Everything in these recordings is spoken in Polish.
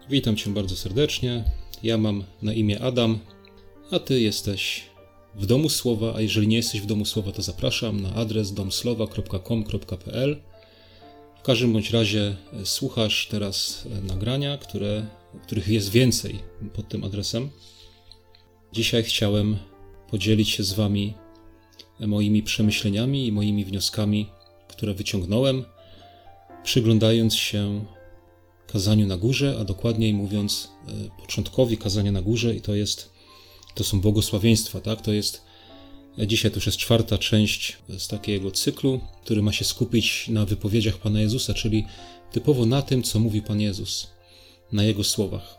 Witam Cię bardzo serdecznie. Ja mam na imię Adam, a Ty jesteś w Domu Słowa, a jeżeli nie jesteś w Domu Słowa, to zapraszam na adres domslowa.com.pl. W każdym bądź razie słuchasz teraz nagrania, których jest więcej pod tym adresem. Dzisiaj chciałem podzielić się z Wami moimi przemyśleniami i moimi wnioskami, które wyciągnąłem, przyglądając się kazaniu na górze, a dokładniej mówiąc początkowi kazania na górze, i to są błogosławieństwa, tak? Dzisiaj to już jest 4. część z takiego cyklu, który ma się skupić na wypowiedziach Pana Jezusa, czyli typowo na tym, co mówi Pan Jezus, na Jego słowach.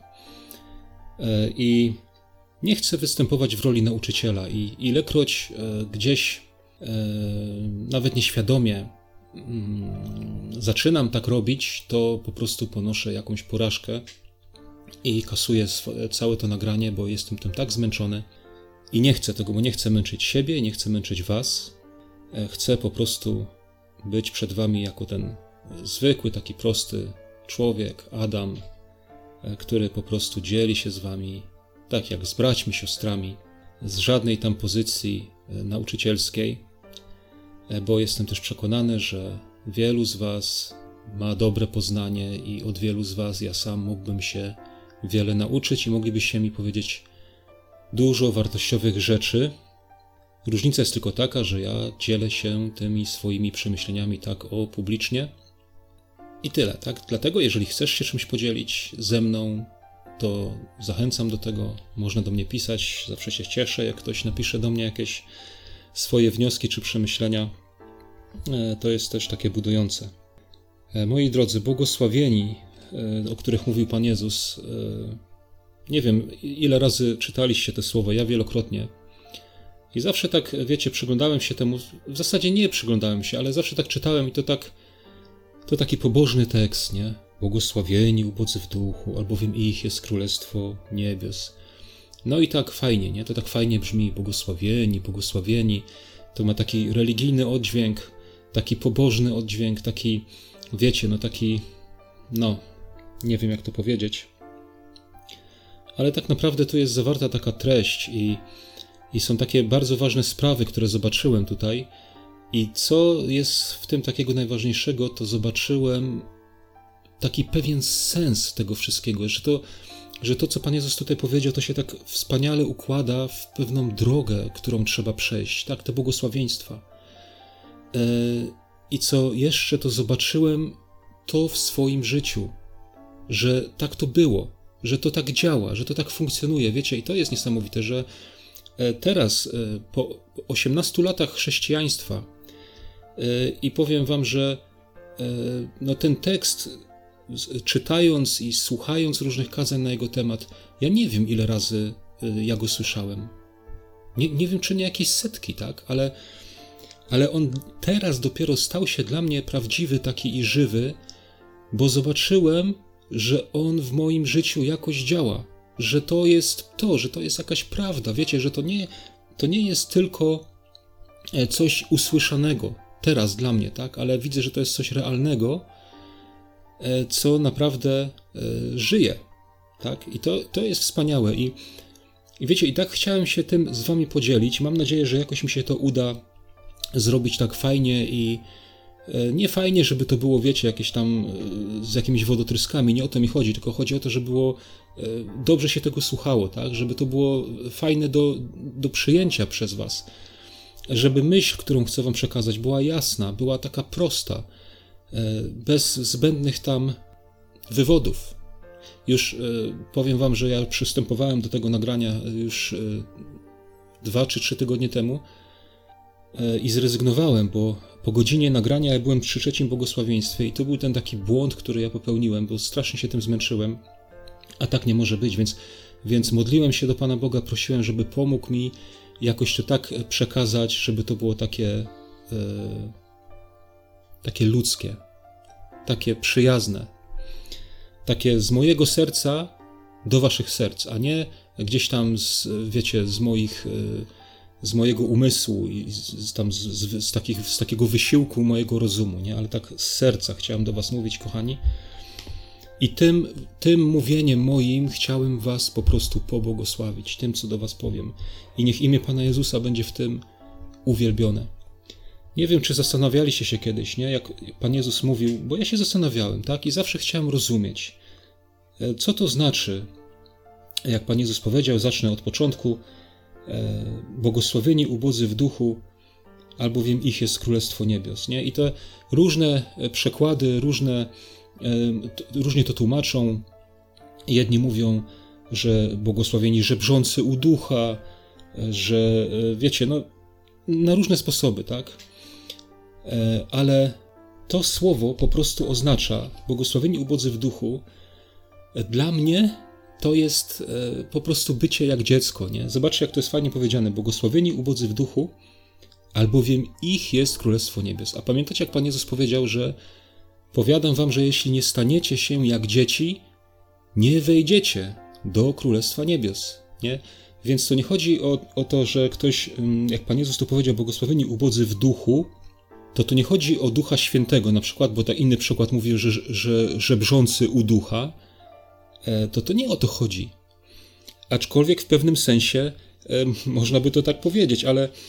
I nie chcę występować w roli nauczyciela i ilekroć gdzieś, nawet nieświadomie, zaczynam tak robić, to po prostu ponoszę jakąś porażkę i kasuję całe to nagranie, bo jestem tym tak zmęczony i nie chcę tego, bo nie chcę męczyć siebie, nie chcę męczyć was. Chcę po prostu być przed wami jako ten zwykły, taki prosty człowiek, Adam, który po prostu dzieli się z wami tak jak z braćmi, siostrami, z żadnej tam pozycji nauczycielskiej, bo jestem też przekonany, że wielu z was ma dobre poznanie i od wielu z was ja sam mógłbym się wiele nauczyć i moglibyście mi powiedzieć dużo wartościowych rzeczy. Różnica jest tylko taka, że ja dzielę się tymi swoimi przemyśleniami tak publicznie i tyle, tak? Dlatego jeżeli chcesz się czymś podzielić ze mną, to zachęcam do tego, można do mnie pisać, zawsze się cieszę, jak ktoś napisze do mnie jakieś swoje wnioski czy przemyślenia. To jest też takie budujące. Moi drodzy, błogosławieni, o których mówił Pan Jezus, nie wiem, ile razy czytaliście te słowa, ja wielokrotnie. I zawsze tak, wiecie, przyglądałem się temu, w zasadzie nie przyglądałem się, ale zawsze tak czytałem i to taki pobożny tekst, nie? Błogosławieni ubodzy w duchu, albowiem ich jest Królestwo Niebios. No i tak fajnie, nie? To tak fajnie brzmi, błogosławieni. To ma taki religijny oddźwięk, taki pobożny oddźwięk, taki, wiecie, nie wiem jak to powiedzieć. Ale tak naprawdę tu jest zawarta taka treść i są takie bardzo ważne sprawy, które zobaczyłem tutaj. I co jest w tym takiego najważniejszego, to zobaczyłem taki pewien sens tego wszystkiego, że to, co Pan Jezus tutaj powiedział, to się tak wspaniale układa w pewną drogę, którą trzeba przejść, tak, te błogosławieństwa. I co jeszcze, to zobaczyłem to w swoim życiu, że tak to było, że to tak działa, że to tak funkcjonuje, wiecie, i to jest niesamowite, że teraz, po 18 latach chrześcijaństwa i powiem wam, że ten tekst, czytając i słuchając różnych kazań na jego temat, ja nie wiem, ile razy ja go słyszałem. Nie wiem, czy nie jakieś setki, tak? Ale on teraz dopiero stał się dla mnie prawdziwy, taki i żywy, bo zobaczyłem, że on w moim życiu jakoś działa, że to jest jakaś prawda, wiecie, że to nie jest tylko coś usłyszanego teraz dla mnie, tak? Ale widzę, że to jest coś realnego, co naprawdę żyje, tak? I to jest wspaniałe i wiecie, i tak chciałem się tym z wami podzielić. Mam nadzieję, że jakoś mi się to uda zrobić tak fajnie i nie fajnie, żeby to było, wiecie, jakieś tam z jakimiś wodotryskami, nie o to mi chodzi, tylko chodzi o to, żeby było dobrze się tego słuchało, tak? Żeby to było fajne do przyjęcia przez was, żeby myśl, którą chcę wam przekazać, była jasna, była taka prosta, bez zbędnych tam wywodów. Już powiem wam, że ja przystępowałem do tego nagrania już 2 czy 3 tygodnie temu i zrezygnowałem, bo po godzinie nagrania ja byłem przy 3. błogosławieństwie i to był ten taki błąd, który ja popełniłem, bo strasznie się tym zmęczyłem, a tak nie może być, więc modliłem się do Pana Boga, prosiłem, żeby pomógł mi jakoś to tak przekazać, żeby to było takie ludzkie, takie przyjazne, takie z mojego serca do waszych serc, a nie gdzieś tam z mojego umysłu i z takiego wysiłku mojego rozumu, nie? Ale tak z serca chciałem do was mówić, kochani. I tym mówieniem moim chciałem was po prostu pobłogosławić, tym, co do was powiem. I niech imię Pana Jezusa będzie w tym uwielbione. Nie wiem, czy zastanawialiście się kiedyś, nie? Jak Pan Jezus mówił, bo ja się zastanawiałem, tak? I zawsze chciałem rozumieć, co to znaczy, jak Pan Jezus powiedział, zacznę od początku, błogosławieni ubodzy w duchu, albowiem ich jest Królestwo Niebios, nie? I te różne przekłady, różnie to tłumaczą. Jedni mówią, że błogosławieni żebrzący u ducha, że wiecie, no na różne sposoby, tak? Ale to słowo po prostu oznacza błogosławieni ubodzy w duchu. Dla mnie to jest po prostu bycie jak dziecko, nie? Zobaczcie, jak to jest fajnie powiedziane. Błogosławieni ubodzy w duchu, albowiem ich jest Królestwo Niebios. A pamiętacie, jak Pan Jezus powiedział, że powiadam wam, że jeśli nie staniecie się jak dzieci, nie wejdziecie do Królestwa Niebios, nie? Więc to nie chodzi o to, że ktoś, jak Pan Jezus tu powiedział, błogosławieni ubodzy w duchu, to nie chodzi o Ducha Świętego na przykład, bo tak inny przykład mówi, że żebrzący u ducha, to nie o to chodzi. Aczkolwiek w pewnym sensie można by to tak powiedzieć,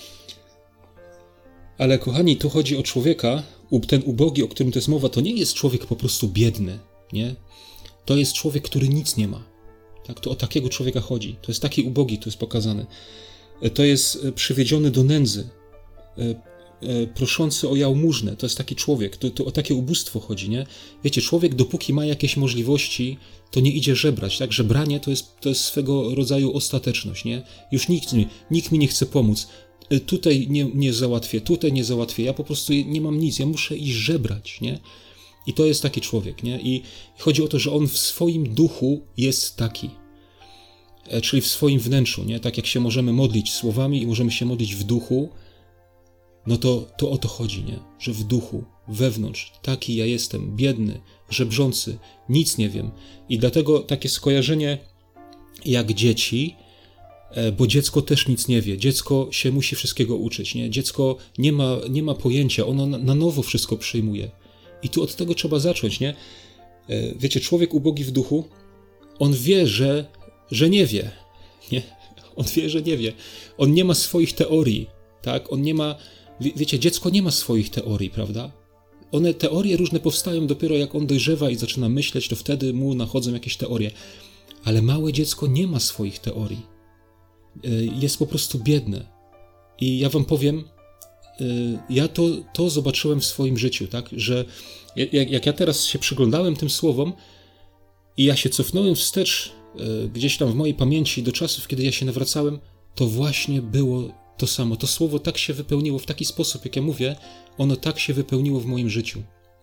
ale kochani, tu chodzi o człowieka, ten ubogi, o którym to jest mowa, to nie jest człowiek po prostu biedny, nie? To jest człowiek, który nic nie ma. Tak, to o takiego człowieka chodzi. To jest taki ubogi, tu jest pokazane. To jest przywiedziony do nędzy, proszący o jałmużnę. To jest taki człowiek. To o takie ubóstwo chodzi, nie? Wiecie, człowiek dopóki ma jakieś możliwości, to nie idzie żebrać, tak? Żebranie to jest swego rodzaju ostateczność, nie? Już nikt mi nie chce pomóc. Tutaj nie załatwię, tutaj nie załatwię. Ja po prostu nie mam nic. Ja muszę iść żebrać, nie? I to jest taki człowiek, nie? I chodzi o to, że on w swoim duchu jest taki. Czyli w swoim wnętrzu, nie? Tak jak się możemy modlić słowami i możemy się modlić w duchu, no to o to chodzi, nie? Że w duchu, wewnątrz, taki ja jestem, biedny, żebrzący, nic nie wiem. I dlatego takie skojarzenie jak dzieci, bo dziecko też nic nie wie. Dziecko się musi wszystkiego uczyć, nie? Dziecko nie ma pojęcia, ono na nowo wszystko przyjmuje. I tu od tego trzeba zacząć, nie? Wiecie, człowiek ubogi w duchu, on wie, że nie wie, nie? On wie, że nie wie. On nie ma swoich teorii, tak? On nie ma, wiecie, dziecko nie ma swoich teorii, prawda? Teorie różne powstają dopiero jak on dojrzewa i zaczyna myśleć, to wtedy mu nachodzą jakieś teorie. Ale małe dziecko nie ma swoich teorii. Jest po prostu biedne. I ja wam powiem, ja to zobaczyłem w swoim życiu, tak, że jak ja teraz się przyglądałem tym słowom i ja się cofnąłem wstecz gdzieś tam w mojej pamięci do czasów, kiedy ja się nawracałem, to właśnie było to samo. To słowo tak się wypełniło w taki sposób, jak ja mówię, ono tak się wypełniło w moim życiu.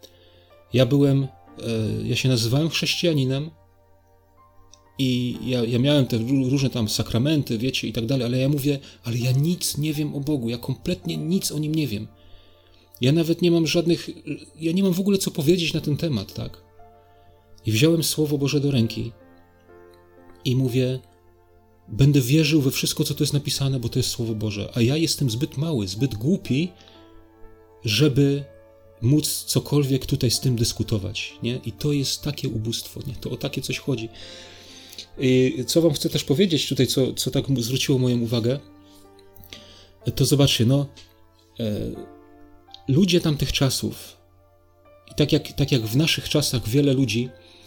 Ja się nazywałem chrześcijaninem i ja miałem te różne tam sakramenty, wiecie, i tak dalej, ale ja mówię, ale ja nic nie wiem o Bogu, ja kompletnie nic o Nim nie wiem. Ja nawet nie mam ja nie mam w ogóle co powiedzieć na ten temat, tak? I wziąłem Słowo Boże do ręki i mówię, będę wierzył we wszystko, co tu jest napisane, bo to jest Słowo Boże, a ja jestem zbyt mały, zbyt głupi, żeby móc cokolwiek tutaj z tym dyskutować, nie? I to jest takie ubóstwo, nie? To o takie coś chodzi. I co wam chcę też powiedzieć tutaj, co tak zwróciło moją uwagę, to zobaczcie, ludzie tamtych czasów, i tak jak w naszych czasach wiele ludzi,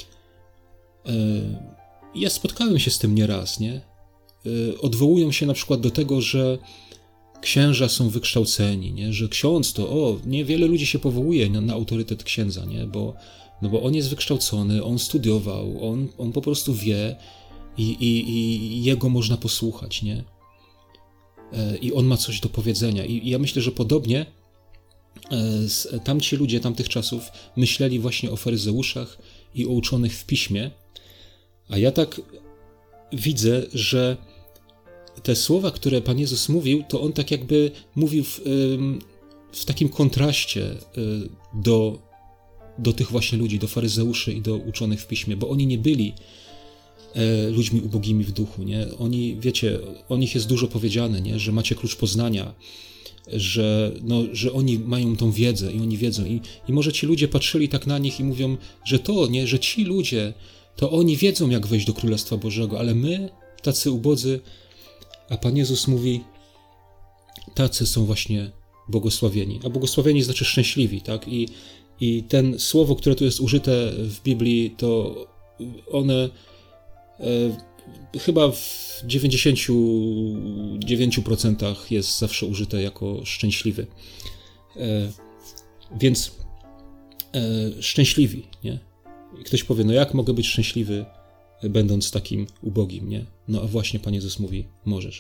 ja spotkałem się z tym nieraz, nie? Odwołują się na przykład do tego, że księża są wykształceni, nie? Że ksiądz wiele ludzi się powołuje na autorytet księdza, nie? Bo on jest wykształcony, on studiował, on po prostu wie i jego można posłuchać, nie? I on ma coś do powiedzenia. I ja myślę, że podobnie tamci ludzie tamtych czasów myśleli właśnie o faryzeuszach i o uczonych w piśmie, a ja tak widzę, że te słowa, które Pan Jezus mówił, to On tak jakby mówił w takim kontraście do tych właśnie ludzi, do faryzeuszy i do uczonych w piśmie, bo oni nie byli ludźmi ubogimi w duchu, nie? Oni, wiecie, o nich jest dużo powiedziane, nie? Że macie klucz poznania, że oni mają tą wiedzę i oni wiedzą. I może ci ludzie patrzyli tak na nich i mówią, że że ci ludzie, to oni wiedzą, jak wejść do Królestwa Bożego, ale my, tacy ubodzy, a Pan Jezus mówi, tacy są właśnie błogosławieni. A błogosławieni znaczy szczęśliwi, tak? I ten słowo, które tu jest użyte w Biblii, to one chyba w 99% jest zawsze użyte jako szczęśliwy. Więc szczęśliwi, nie? I ktoś powie, no jak mogę być szczęśliwy, będąc takim ubogim, nie? No a właśnie Pan Jezus mówi, możesz.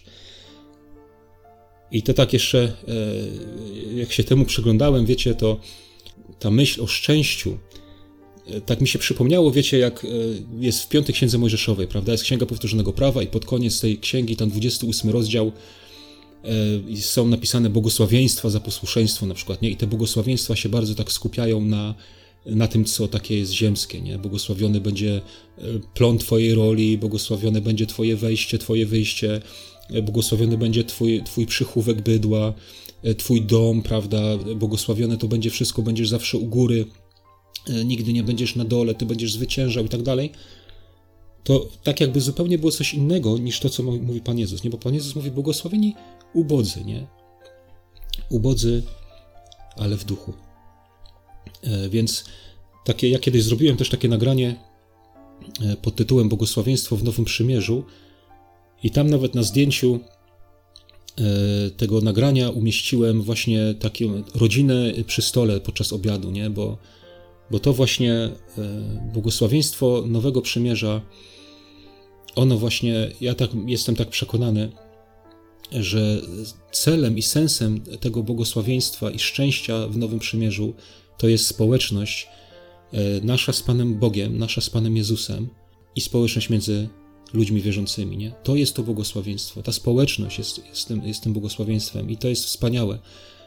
I to tak jeszcze, jak się temu przyglądałem, wiecie, to ta myśl o szczęściu, tak mi się przypomniało, wiecie, jak jest w 5 Księdze Mojżeszowej, prawda? Jest Księga Powtórzonego Prawa i pod koniec tej księgi, tam 28 rozdział, są napisane błogosławieństwa za posłuszeństwo na przykład, nie? I te błogosławieństwa się bardzo tak skupiają na tym, co takie jest ziemskie, nie? Błogosławiony będzie plon twojej roli, błogosławione będzie twoje wejście, twoje wyjście, błogosławiony będzie twój przychówek bydła, twój dom, prawda? Błogosławione to będzie wszystko, będziesz zawsze u góry, nigdy nie będziesz na dole, ty będziesz zwyciężał i tak dalej. To tak jakby zupełnie było coś innego niż to, co mówi Pan Jezus, nie? Bo Pan Jezus mówi, błogosławieni ubodzy, nie? Ubodzy, ale w duchu. Więc ja kiedyś zrobiłem też takie nagranie pod tytułem Błogosławieństwo w Nowym Przymierzu i tam nawet na zdjęciu tego nagrania umieściłem właśnie taką rodzinę przy stole podczas obiadu, nie? Bo to właśnie błogosławieństwo Nowego Przymierza, ono właśnie, ja jestem tak przekonany, że celem i sensem tego błogosławieństwa i szczęścia w Nowym Przymierzu to jest społeczność nasza z Panem Bogiem, nasza z Panem Jezusem i społeczność między ludźmi wierzącymi, nie? To jest to błogosławieństwo. Ta społeczność jest tym błogosławieństwem i to jest wspaniałe.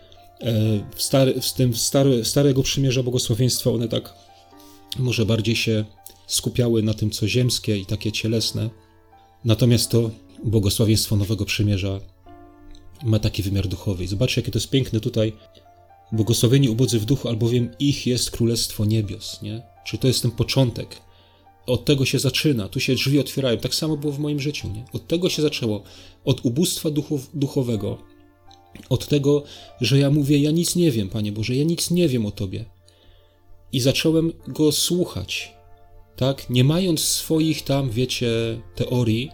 Starego Przymierza błogosławieństwa, one tak może bardziej się skupiały na tym, co ziemskie i takie cielesne. Natomiast to błogosławieństwo Nowego Przymierza ma taki wymiar duchowy. I zobaczcie, jakie to jest piękne tutaj. Błogosławieni ubodzy w duchu, albowiem ich jest Królestwo Niebios, nie? Czy to jest ten początek? Od tego się zaczyna, tu się drzwi otwierają. Tak samo było w moim życiu, nie? Od tego się zaczęło. Od ubóstwa duchowego. Od tego, że ja mówię, ja nic nie wiem, Panie Boże, ja nic nie wiem o Tobie. I zacząłem Go słuchać, tak? Nie mając swoich tam, wiecie, teorii.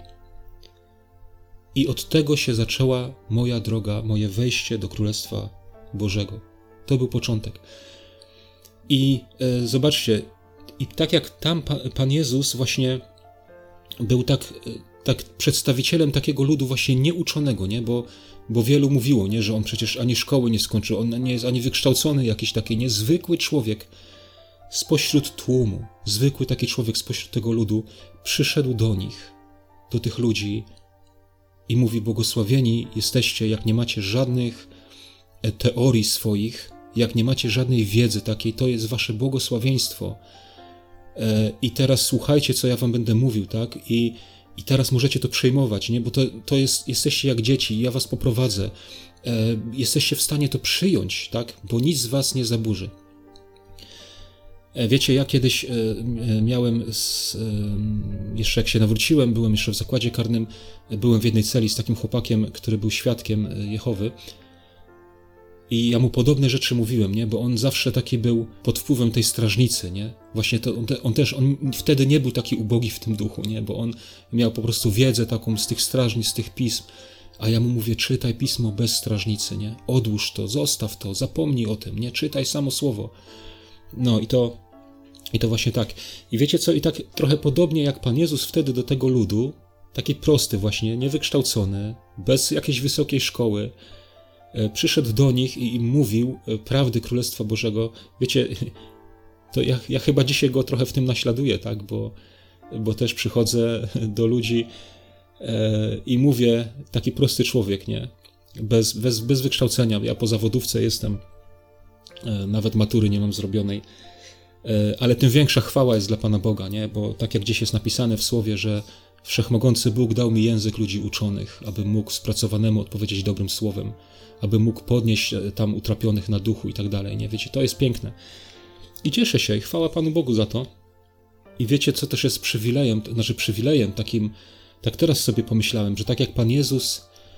I od tego się zaczęła moja droga, moje wejście do Królestwa Bożego. To był początek. I zobaczcie, i tak jak tam Pan Jezus właśnie był tak przedstawicielem takiego ludu właśnie nieuczonego, nie? Bo wielu mówiło, nie? Że on przecież ani szkoły nie skończył, on nie jest ani wykształcony, jakiś taki niezwykły człowiek spośród tłumu, zwykły taki człowiek spośród tego ludu przyszedł do nich, do tych ludzi i mówi, błogosławieni jesteście, jak nie macie żadnych teorii swoich, jak nie macie żadnej wiedzy takiej, to jest wasze błogosławieństwo. I teraz słuchajcie, co ja wam będę mówił, tak? I teraz możecie to przejmować, nie? Bo to jest, jesteście jak dzieci, ja was poprowadzę. Jesteście w stanie to przyjąć, tak? Bo nic z was nie zaburzy. Wiecie, ja kiedyś miałem, jeszcze jak się nawróciłem, byłem jeszcze w zakładzie karnym, byłem w jednej celi z takim chłopakiem, który był świadkiem Jehowy. I ja mu podobne rzeczy mówiłem, nie? Bo on zawsze taki był pod wpływem tej strażnicy, nie? Właśnie on wtedy nie był taki ubogi w tym duchu, nie? Bo on miał po prostu wiedzę taką z tych strażnic, z tych pism. A ja mu mówię, czytaj pismo bez strażnicy, nie? Odłóż to, zostaw to, zapomnij o tym, nie? Czytaj samo słowo. No i to właśnie tak. I wiecie co? I tak trochę podobnie jak Pan Jezus wtedy do tego ludu, taki prosty właśnie, niewykształcony, bez jakiejś wysokiej szkoły, przyszedł do nich i im mówił prawdy Królestwa Bożego. Wiecie, to ja chyba dzisiaj go trochę w tym naśladuję, tak? Bo też przychodzę do ludzi i mówię, taki prosty człowiek, nie? Bez wykształcenia. Ja po zawodówce jestem, nawet matury nie mam zrobionej. ale tym większa chwała jest dla Pana Boga, nie? Bo tak jak gdzieś jest napisane w Słowie, że Wszechmogący Bóg dał mi język ludzi uczonych, abym mógł spracowanemu odpowiedzieć dobrym słowem, abym mógł podnieść tam utrapionych na duchu i tak dalej, nie? Wiecie, to jest piękne. I cieszę się i chwała Panu Bogu za to. I wiecie, co też jest przywilejem takim, tak teraz sobie pomyślałem, że tak jak Pan Jezus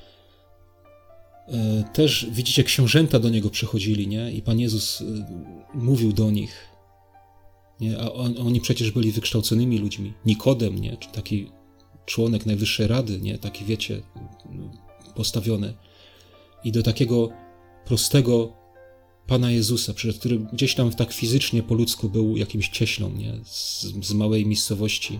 też, widzicie, książęta do Niego przychodzili, nie? I Pan Jezus mówił do nich, nie? A oni przecież byli wykształconymi ludźmi. Nikodem, nie? Czy taki członek Najwyższej Rady, nie? Taki, wiecie, postawiony. I do takiego prostego Pana Jezusa, który gdzieś tam tak fizycznie po ludzku był jakimś cieślą, nie? Z małej miejscowości,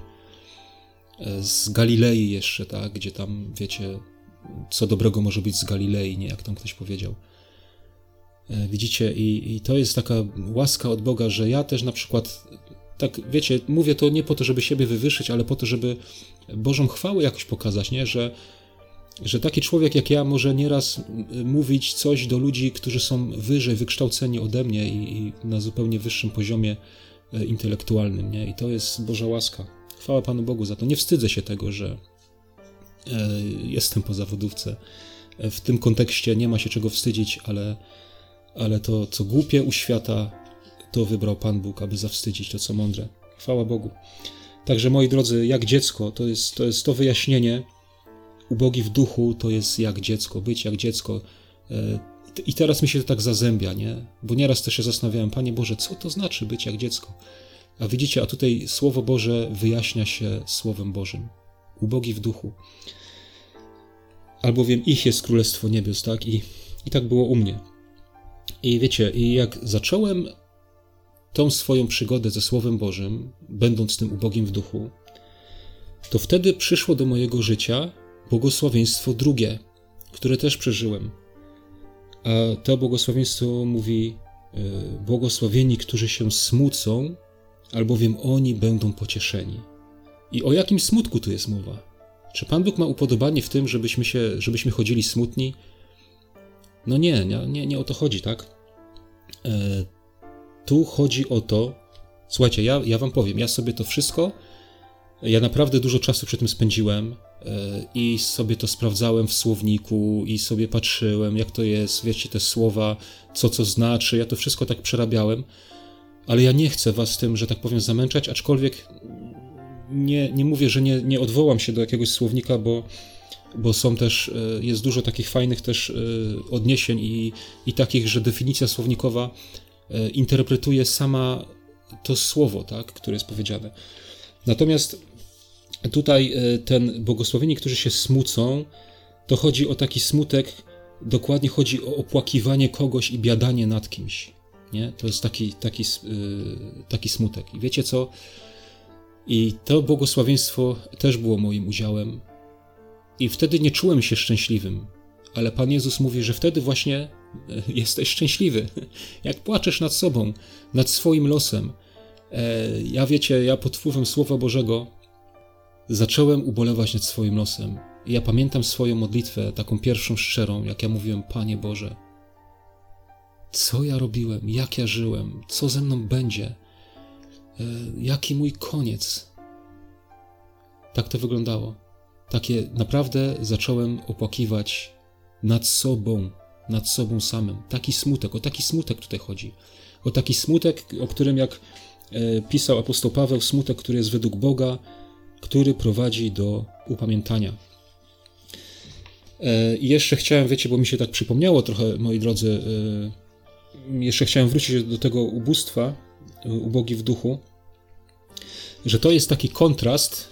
z Galilei jeszcze, tak? Gdzie tam, wiecie, co dobrego może być z Galilei, nie? Jak tam ktoś powiedział. Widzicie, i to jest taka łaska od Boga, że ja też na przykład, tak wiecie, mówię to nie po to, żeby siebie wywyższyć, ale po to, żeby Bożą chwałę jakoś pokazać, nie? Że taki człowiek jak ja może nieraz mówić coś do ludzi, którzy są wyżej wykształceni ode mnie i na zupełnie wyższym poziomie intelektualnym, nie? I to jest Boża łaska. Chwała Panu Bogu za to. Nie wstydzę się tego, że jestem po zawodówce. W tym kontekście nie ma się czego wstydzić, ale to, co głupie u świata, to wybrał Pan Bóg, aby zawstydzić to, co mądre. Chwała Bogu. Także, moi drodzy, jak dziecko, to jest to wyjaśnienie. Ubogi w duchu to jest jak dziecko, być jak dziecko. I teraz mi się to tak zazębia, nie? Bo nieraz też się zastanawiałem, Panie Boże, co to znaczy być jak dziecko? A widzicie, a tutaj Słowo Boże wyjaśnia się Słowem Bożym. Ubogi w duchu. Albowiem ich jest Królestwo Niebios, tak? I tak było u mnie. I wiecie, i jak zacząłem tą swoją przygodę ze Słowem Bożym, będąc tym ubogim w duchu, to wtedy przyszło do mojego życia błogosławieństwo drugie, które też przeżyłem. A to błogosławieństwo mówi: błogosławieni, którzy się smucą, albowiem oni będą pocieszeni. I o jakim smutku tu jest mowa? Czy Pan Bóg ma upodobanie w tym, żebyśmy chodzili smutni? No nie o to chodzi, tak? Tu chodzi o to, słuchajcie, ja wam powiem, ja naprawdę dużo czasu przy tym spędziłem i sobie to sprawdzałem w słowniku i sobie patrzyłem, jak to jest, wiecie, te słowa, co znaczy, ja to wszystko tak przerabiałem, ale ja nie chcę was tym, że tak powiem, zamęczać, aczkolwiek nie mówię, że nie odwołam się do jakiegoś słownika, bo są też, jest dużo takich fajnych też odniesień i takich, że definicja słownikowa interpretuje sama to słowo, tak, które jest powiedziane. Natomiast tutaj ten błogosławieni, którzy się smucą, to chodzi o taki smutek, dokładnie chodzi o opłakiwanie kogoś i biadanie nad kimś, nie? To jest taki smutek. I wiecie co? I to błogosławieństwo też było moim udziałem. I wtedy nie czułem się szczęśliwym, ale Pan Jezus mówi, że wtedy właśnie jesteś szczęśliwy. Jak płaczesz nad sobą, nad swoim losem. Ja pod wpływem Słowa Bożego zacząłem ubolewać nad swoim losem. I ja pamiętam swoją modlitwę, taką pierwszą szczerą, jak ja mówiłem: Panie Boże, co ja robiłem, jak ja żyłem, co ze mną będzie, jaki mój koniec. Tak to wyglądało. Takie naprawdę zacząłem opłakiwać nad sobą samym. O taki smutek tutaj chodzi. O taki smutek, o którym, jak pisał apostoł Paweł, smutek, który jest według Boga, który prowadzi do upamiętania. I jeszcze chciałem, wiecie, bo mi się tak przypomniało trochę, moi drodzy, jeszcze chciałem wrócić do tego ubóstwa, ubogi w duchu, że to jest taki kontrast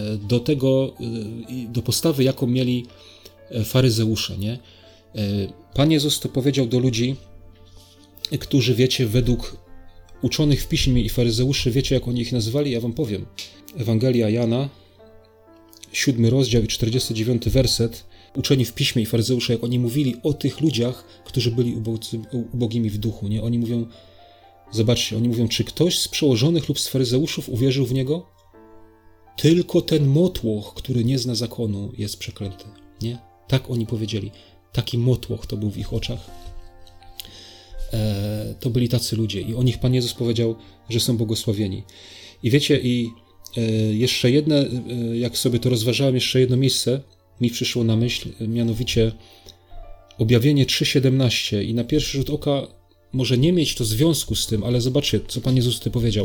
do postawy, jaką mieli faryzeusze, nie? Pan Jezus to powiedział do ludzi, którzy, wiecie, według uczonych w piśmie i faryzeuszy, wiecie, jak oni ich nazywali? Ja wam powiem. Ewangelia Jana, 7 rozdział i 49 werset. Uczeni w piśmie i faryzeusze, jak oni mówili o tych ludziach, którzy byli ubogimi w duchu, nie? Oni mówią, zobaczcie, czy ktoś z przełożonych lub z faryzeuszów uwierzył w Niego? Tylko ten motłoch, który nie zna zakonu, jest przeklęty, nie? Tak oni powiedzieli. Taki motłoch to był w ich oczach. to byli tacy ludzie i o nich Pan Jezus powiedział, że są błogosławieni. I wiecie, jeszcze jedne, jak sobie to rozważałem, jeszcze jedno miejsce mi przyszło na myśl, mianowicie Objawienie 3:17 i na pierwszy rzut oka może nie mieć to związku z tym, ale zobaczcie, co Pan Jezus tutaj powiedział.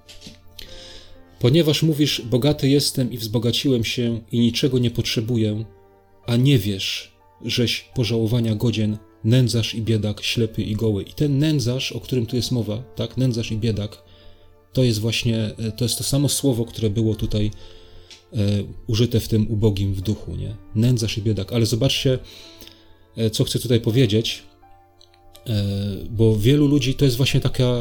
Ponieważ mówisz, bogaty jestem i wzbogaciłem się i niczego nie potrzebuję, a nie wiesz, żeś pożałowania godzien, nędzarz i biedak, ślepy i goły. I ten nędzarz, o którym tu jest mowa, tak, nędzarz i biedak, to jest właśnie, to jest to samo słowo, które było tutaj użyte w tym ubogim w duchu, nie? Nędzarz i biedak. Ale zobaczcie, co chcę tutaj powiedzieć, bo wielu ludzi to jest właśnie taka,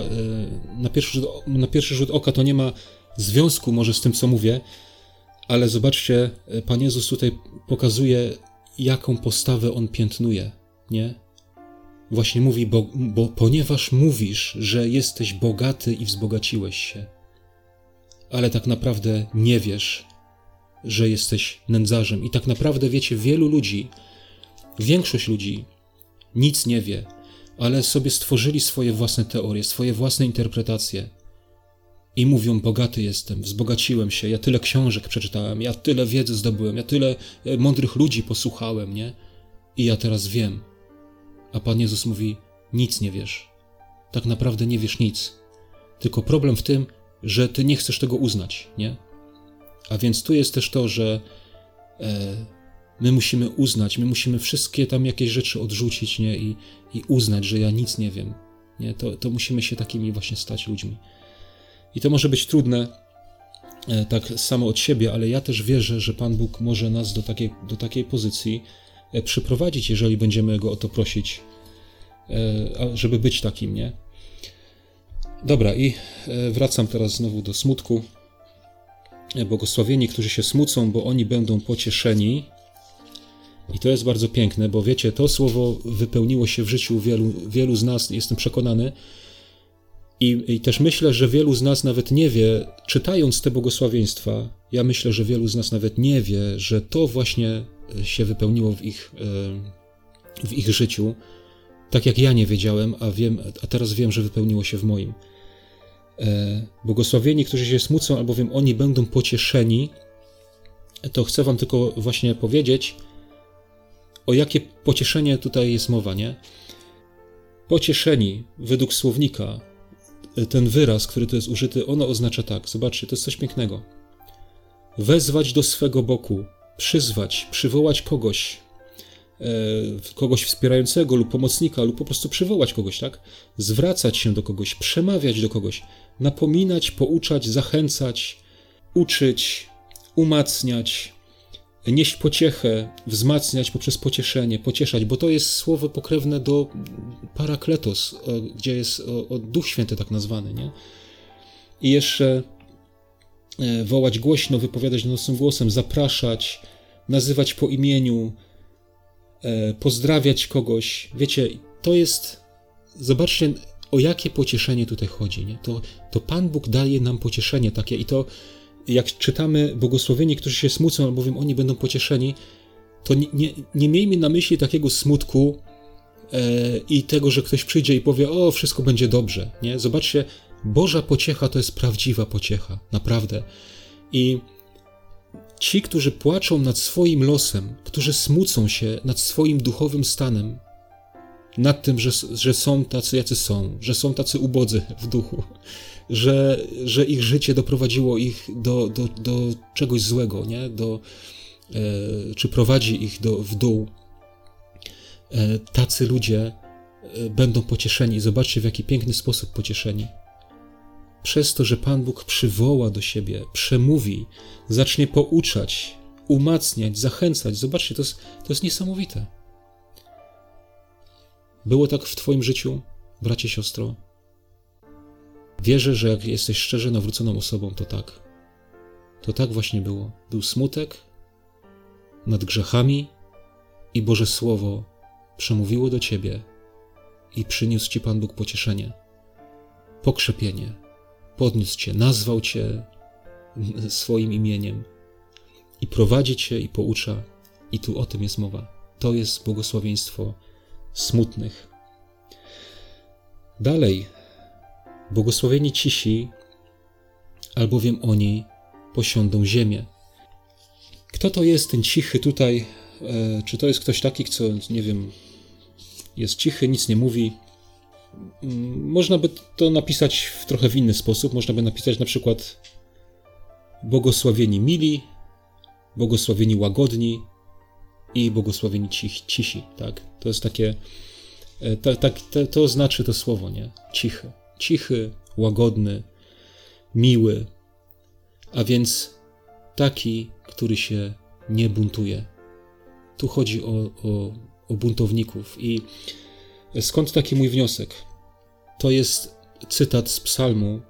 na pierwszy rzut oka to nie ma związku może z tym, co mówię, ale zobaczcie, Pan Jezus tutaj pokazuje, jaką postawę On piętnuje, nie? Właśnie mówi, bo ponieważ mówisz, że jesteś bogaty i wzbogaciłeś się, ale tak naprawdę nie wiesz, że jesteś nędzarzem. I tak naprawdę, wiecie, wielu ludzi, większość ludzi nic nie wie, ale sobie stworzyli swoje własne teorie, swoje własne interpretacje i mówią, bogaty jestem, wzbogaciłem się, ja tyle książek przeczytałem, ja tyle wiedzy zdobyłem, ja tyle mądrych ludzi posłuchałem, nie? I ja teraz wiem. A Pan Jezus mówi, nic nie wiesz. Tak naprawdę nie wiesz nic. Tylko problem w tym, że ty nie chcesz tego uznać, nie? A więc tu jest też to, że my musimy uznać, my musimy wszystkie tam jakieś rzeczy odrzucić, nie? I uznać, że ja nic nie wiem, nie? To musimy się takimi właśnie stać ludźmi. I to może być trudne tak samo od siebie, ale ja też wierzę, że Pan Bóg może nas do takiej pozycji przyprowadzić, jeżeli będziemy Go o to prosić, żeby być takim, nie? Dobra, i wracam teraz znowu do smutku. Błogosławieni, którzy się smucą, bo oni będą pocieszeni. I to jest bardzo piękne, bo wiecie, to słowo wypełniło się w życiu wielu z nas, jestem przekonany. I też myślę, że wielu z nas nawet nie wie, czytając te błogosławieństwa, ja myślę, że wielu z nas nawet nie wie, że to właśnie się wypełniło w ich życiu, tak jak ja nie wiedziałem, a teraz wiem, że wypełniło się w moim. Błogosławieni, którzy się smucą, albowiem oni będą pocieszeni, to chcę wam tylko właśnie powiedzieć, o jakie pocieszenie tutaj jest mowa, nie? Pocieszeni, według słownika, ten wyraz, który tu jest użyty, ono oznacza tak, zobaczcie, to jest coś pięknego. Wezwać do swego boku, przyzwać, przywołać kogoś wspierającego lub pomocnika, lub po prostu przywołać kogoś, tak? Zwracać się do kogoś, przemawiać do kogoś, napominać, pouczać, zachęcać, uczyć, umacniać, nieść pociechę, wzmacniać poprzez pocieszenie, pocieszać, bo to jest słowo pokrewne do parakletos, gdzie jest Duch Święty tak nazwany, nie? I jeszcze wołać głośno, wypowiadać nocnym głosem, zapraszać, nazywać po imieniu, pozdrawiać kogoś. Wiecie, to jest, zobaczcie, o jakie pocieszenie tutaj chodzi, nie? To Pan Bóg daje nam pocieszenie takie i to jak czytamy błogosławieni, którzy się smucą, albowiem oni będą pocieszeni, to nie miejmy na myśli takiego smutku i tego, że ktoś przyjdzie i powie, o, wszystko będzie dobrze, nie? Zobaczcie, Boża pociecha to jest prawdziwa pociecha, naprawdę. I ci, którzy płaczą nad swoim losem, którzy smucą się nad swoim duchowym stanem, nad tym, że są tacy, jacy są, że są tacy ubodzy w duchu, że ich życie doprowadziło ich do czegoś złego, nie? Czy prowadzi ich w dół. Tacy ludzie będą pocieszeni. Zobaczcie, w jaki piękny sposób pocieszeni. Przez to, że Pan Bóg przywoła do siebie, przemówi, zacznie pouczać, umacniać, zachęcać. Zobaczcie, to jest niesamowite. Było tak w twoim życiu, bracie, siostro? Wierzę, że jak jesteś szczerze nawróconą osobą, to tak. To tak właśnie było. Był smutek nad grzechami i Boże Słowo przemówiło do ciebie i przyniósł ci Pan Bóg pocieszenie, pokrzepienie, podniósł cię, nazwał cię swoim imieniem i prowadzi cię i poucza. I tu o tym jest mowa. To jest błogosławieństwo smutnych. Dalej, błogosławieni cisi, albowiem oni posiądą ziemię. Kto to jest ten cichy tutaj? Czy to jest ktoś taki, co, nie wiem, jest cichy, nic nie mówi? Można by to napisać trochę w inny sposób. Można by napisać na przykład błogosławieni mili, błogosławieni łagodni i błogosławieni cisi, tak? To jest takie, to znaczy to słowo, nie? Cichy. Cichy, łagodny, miły, a więc taki, który się nie buntuje. Tu chodzi o buntowników. I skąd taki mój wniosek? To jest cytat z Psalmu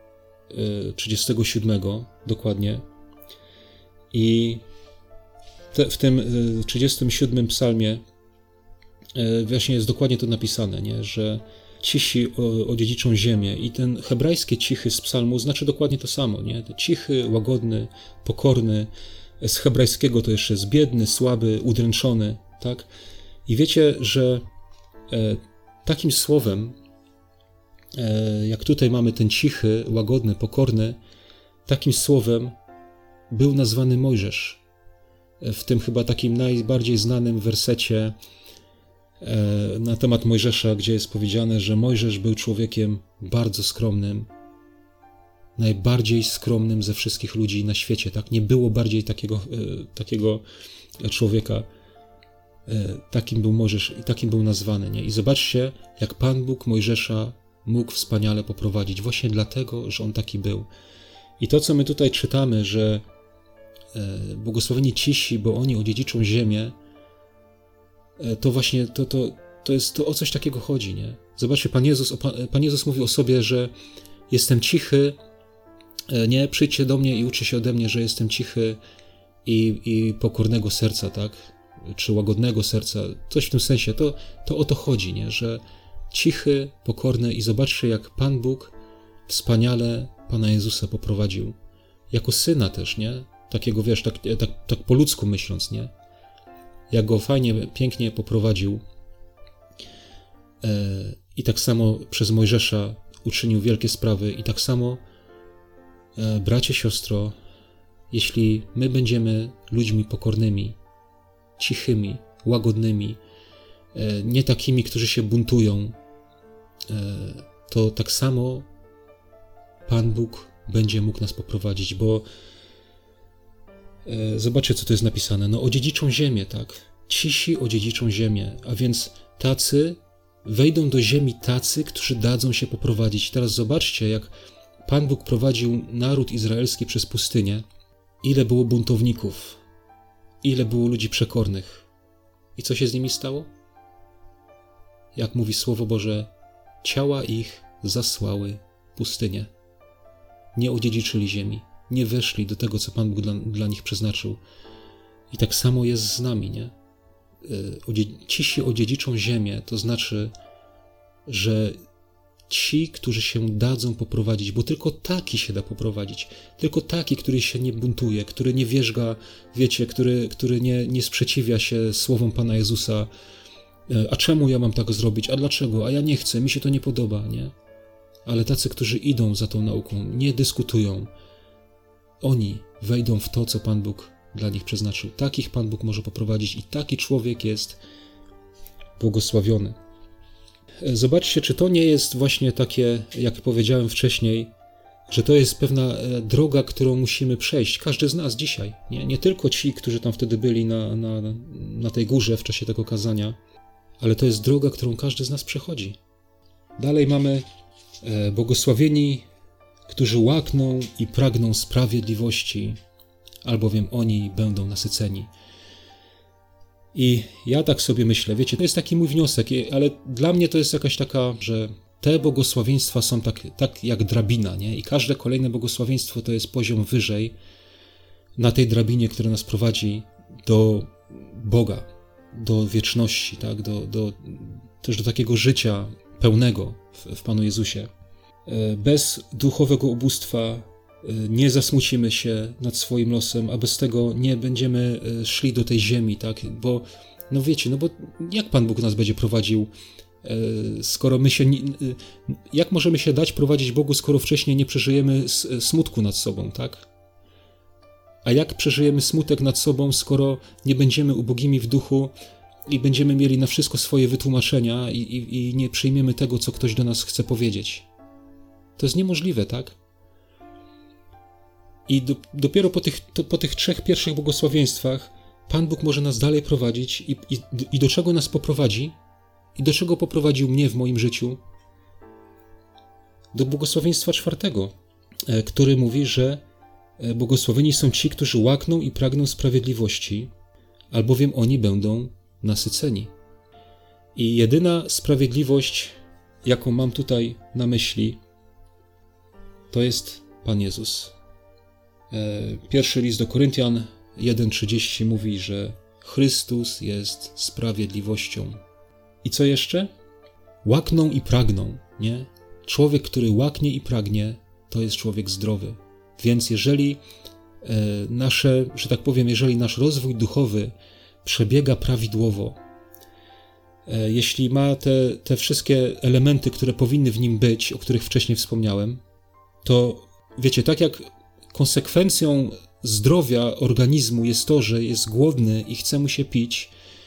37 dokładnie. I w tym 37 psalmie właśnie jest dokładnie to napisane, nie? Że cisi odziedziczą ziemię. I ten hebrajskie cichy z psalmu znaczy dokładnie to samo, nie? Cichy, łagodny, pokorny. Z hebrajskiego to jeszcze jest biedny, słaby, udręczony, tak? I wiecie, że takim słowem, jak tutaj mamy ten cichy, łagodny, pokorny, takim słowem był nazwany Mojżesz. W tym chyba takim najbardziej znanym wersecie na temat Mojżesza, gdzie jest powiedziane, że Mojżesz był człowiekiem bardzo skromnym, najbardziej skromnym ze wszystkich ludzi na świecie, tak? Nie było bardziej takiego człowieka. Takim był Mojżesz i takim był nazwany, nie? I zobaczcie, jak Pan Bóg Mojżesza mógł wspaniale poprowadzić, właśnie dlatego, że on taki był. I to, co my tutaj czytamy, że błogosławieni cisi, bo oni odziedziczą ziemię, to właśnie to jest to, o coś takiego chodzi, nie? Zobaczcie, Pan Jezus mówi o sobie, że jestem cichy, nie? Przyjdźcie do mnie i uczcie się ode mnie, że jestem cichy i pokornego serca, tak? Czy łagodnego serca, coś w tym sensie, to o to chodzi, nie? Że cichy, pokorny i zobaczcie, jak Pan Bóg wspaniale Pana Jezusa poprowadził. Jako syna też, nie? Takiego, wiesz, tak po ludzku myśląc, nie? Jak go fajnie, pięknie poprowadził. I tak samo przez Mojżesza uczynił wielkie sprawy. I tak samo, bracie, siostro, jeśli my będziemy ludźmi pokornymi, cichymi, łagodnymi, nie takimi, którzy się buntują, to tak samo Pan Bóg będzie mógł nas poprowadzić, bo zobaczcie, co to jest napisane. No, odziedziczą ziemię, tak? Cisi odziedziczą ziemię, a więc wejdą do ziemi tacy, którzy dadzą się poprowadzić. Teraz zobaczcie, jak Pan Bóg prowadził naród izraelski przez pustynię, ile było buntowników, ile było ludzi przekornych. I co się z nimi stało? Jak mówi Słowo Boże, ciała ich zasłały pustynię. Nie odziedziczyli ziemi, nie weszli do tego, co Pan Bóg dla nich przeznaczył. I tak samo jest z nami, nie? Cisi odziedziczą ziemię, to znaczy, że ci, którzy się dadzą poprowadzić, bo tylko taki się da poprowadzić, tylko taki, który się nie buntuje, który nie wierzga, wiecie, który nie sprzeciwia się słowom Pana Jezusa. A czemu ja mam tak zrobić? A dlaczego? A ja nie chcę, mi się to nie podoba, nie? Ale tacy, którzy idą za tą nauką, nie dyskutują, oni wejdą w to, co Pan Bóg dla nich przeznaczył. Takich Pan Bóg może poprowadzić i taki człowiek jest błogosławiony. Zobaczcie, czy to nie jest właśnie takie, jak powiedziałem wcześniej, że to jest pewna droga, którą musimy przejść. Każdy z nas dzisiaj. Nie tylko ci, którzy tam wtedy byli na tej górze w czasie tego kazania, ale to jest droga, którą każdy z nas przechodzi. Dalej mamy błogosławieni, którzy łakną i pragną sprawiedliwości, albowiem oni będą nasyceni. I ja tak sobie myślę, wiecie, to jest taki mój wniosek, ale dla mnie to jest jakaś taka, że te błogosławieństwa są tak jak drabina, nie? I każde kolejne błogosławieństwo to jest poziom wyżej na tej drabinie, która nas prowadzi do Boga, do wieczności, tak? Też do takiego życia pełnego w Panu Jezusie. Bez duchowego ubóstwa nie zasmucimy się nad swoim losem, a bez tego nie będziemy szli do tej ziemi, tak? Bo, no wiecie, no bo jak Pan Bóg nas będzie prowadził skoro my się... Jak możemy się dać prowadzić Bogu, skoro wcześniej nie przeżyjemy smutku nad sobą, tak? A jak przeżyjemy smutek nad sobą, skoro nie będziemy ubogimi w duchu i będziemy mieli na wszystko swoje wytłumaczenia i nie przyjmiemy tego, co ktoś do nas chce powiedzieć? To jest niemożliwe, tak? I dopiero po tych 3 pierwszych błogosławieństwach Pan Bóg może nas dalej prowadzić i do czego nas poprowadzi? I do czego poprowadził mnie w moim życiu? Do błogosławieństwa 4, który mówi, że błogosławieni są ci, którzy łakną i pragną sprawiedliwości, albowiem oni będą nasyceni. I jedyna sprawiedliwość, jaką mam tutaj na myśli, to jest Pan Jezus. Pierwszy list do Koryntian 1:30 mówi, że Chrystus jest sprawiedliwością. I co jeszcze? Łakną i pragną, nie? Człowiek, który łaknie i pragnie, to jest człowiek zdrowy. Więc jeżeli że tak powiem, jeżeli nasz rozwój duchowy przebiega prawidłowo, jeśli ma te wszystkie elementy, które powinny w nim być, o których wcześniej wspomniałem, to wiecie, tak jak konsekwencją zdrowia organizmu jest to, że jest głodny i chce mu się pić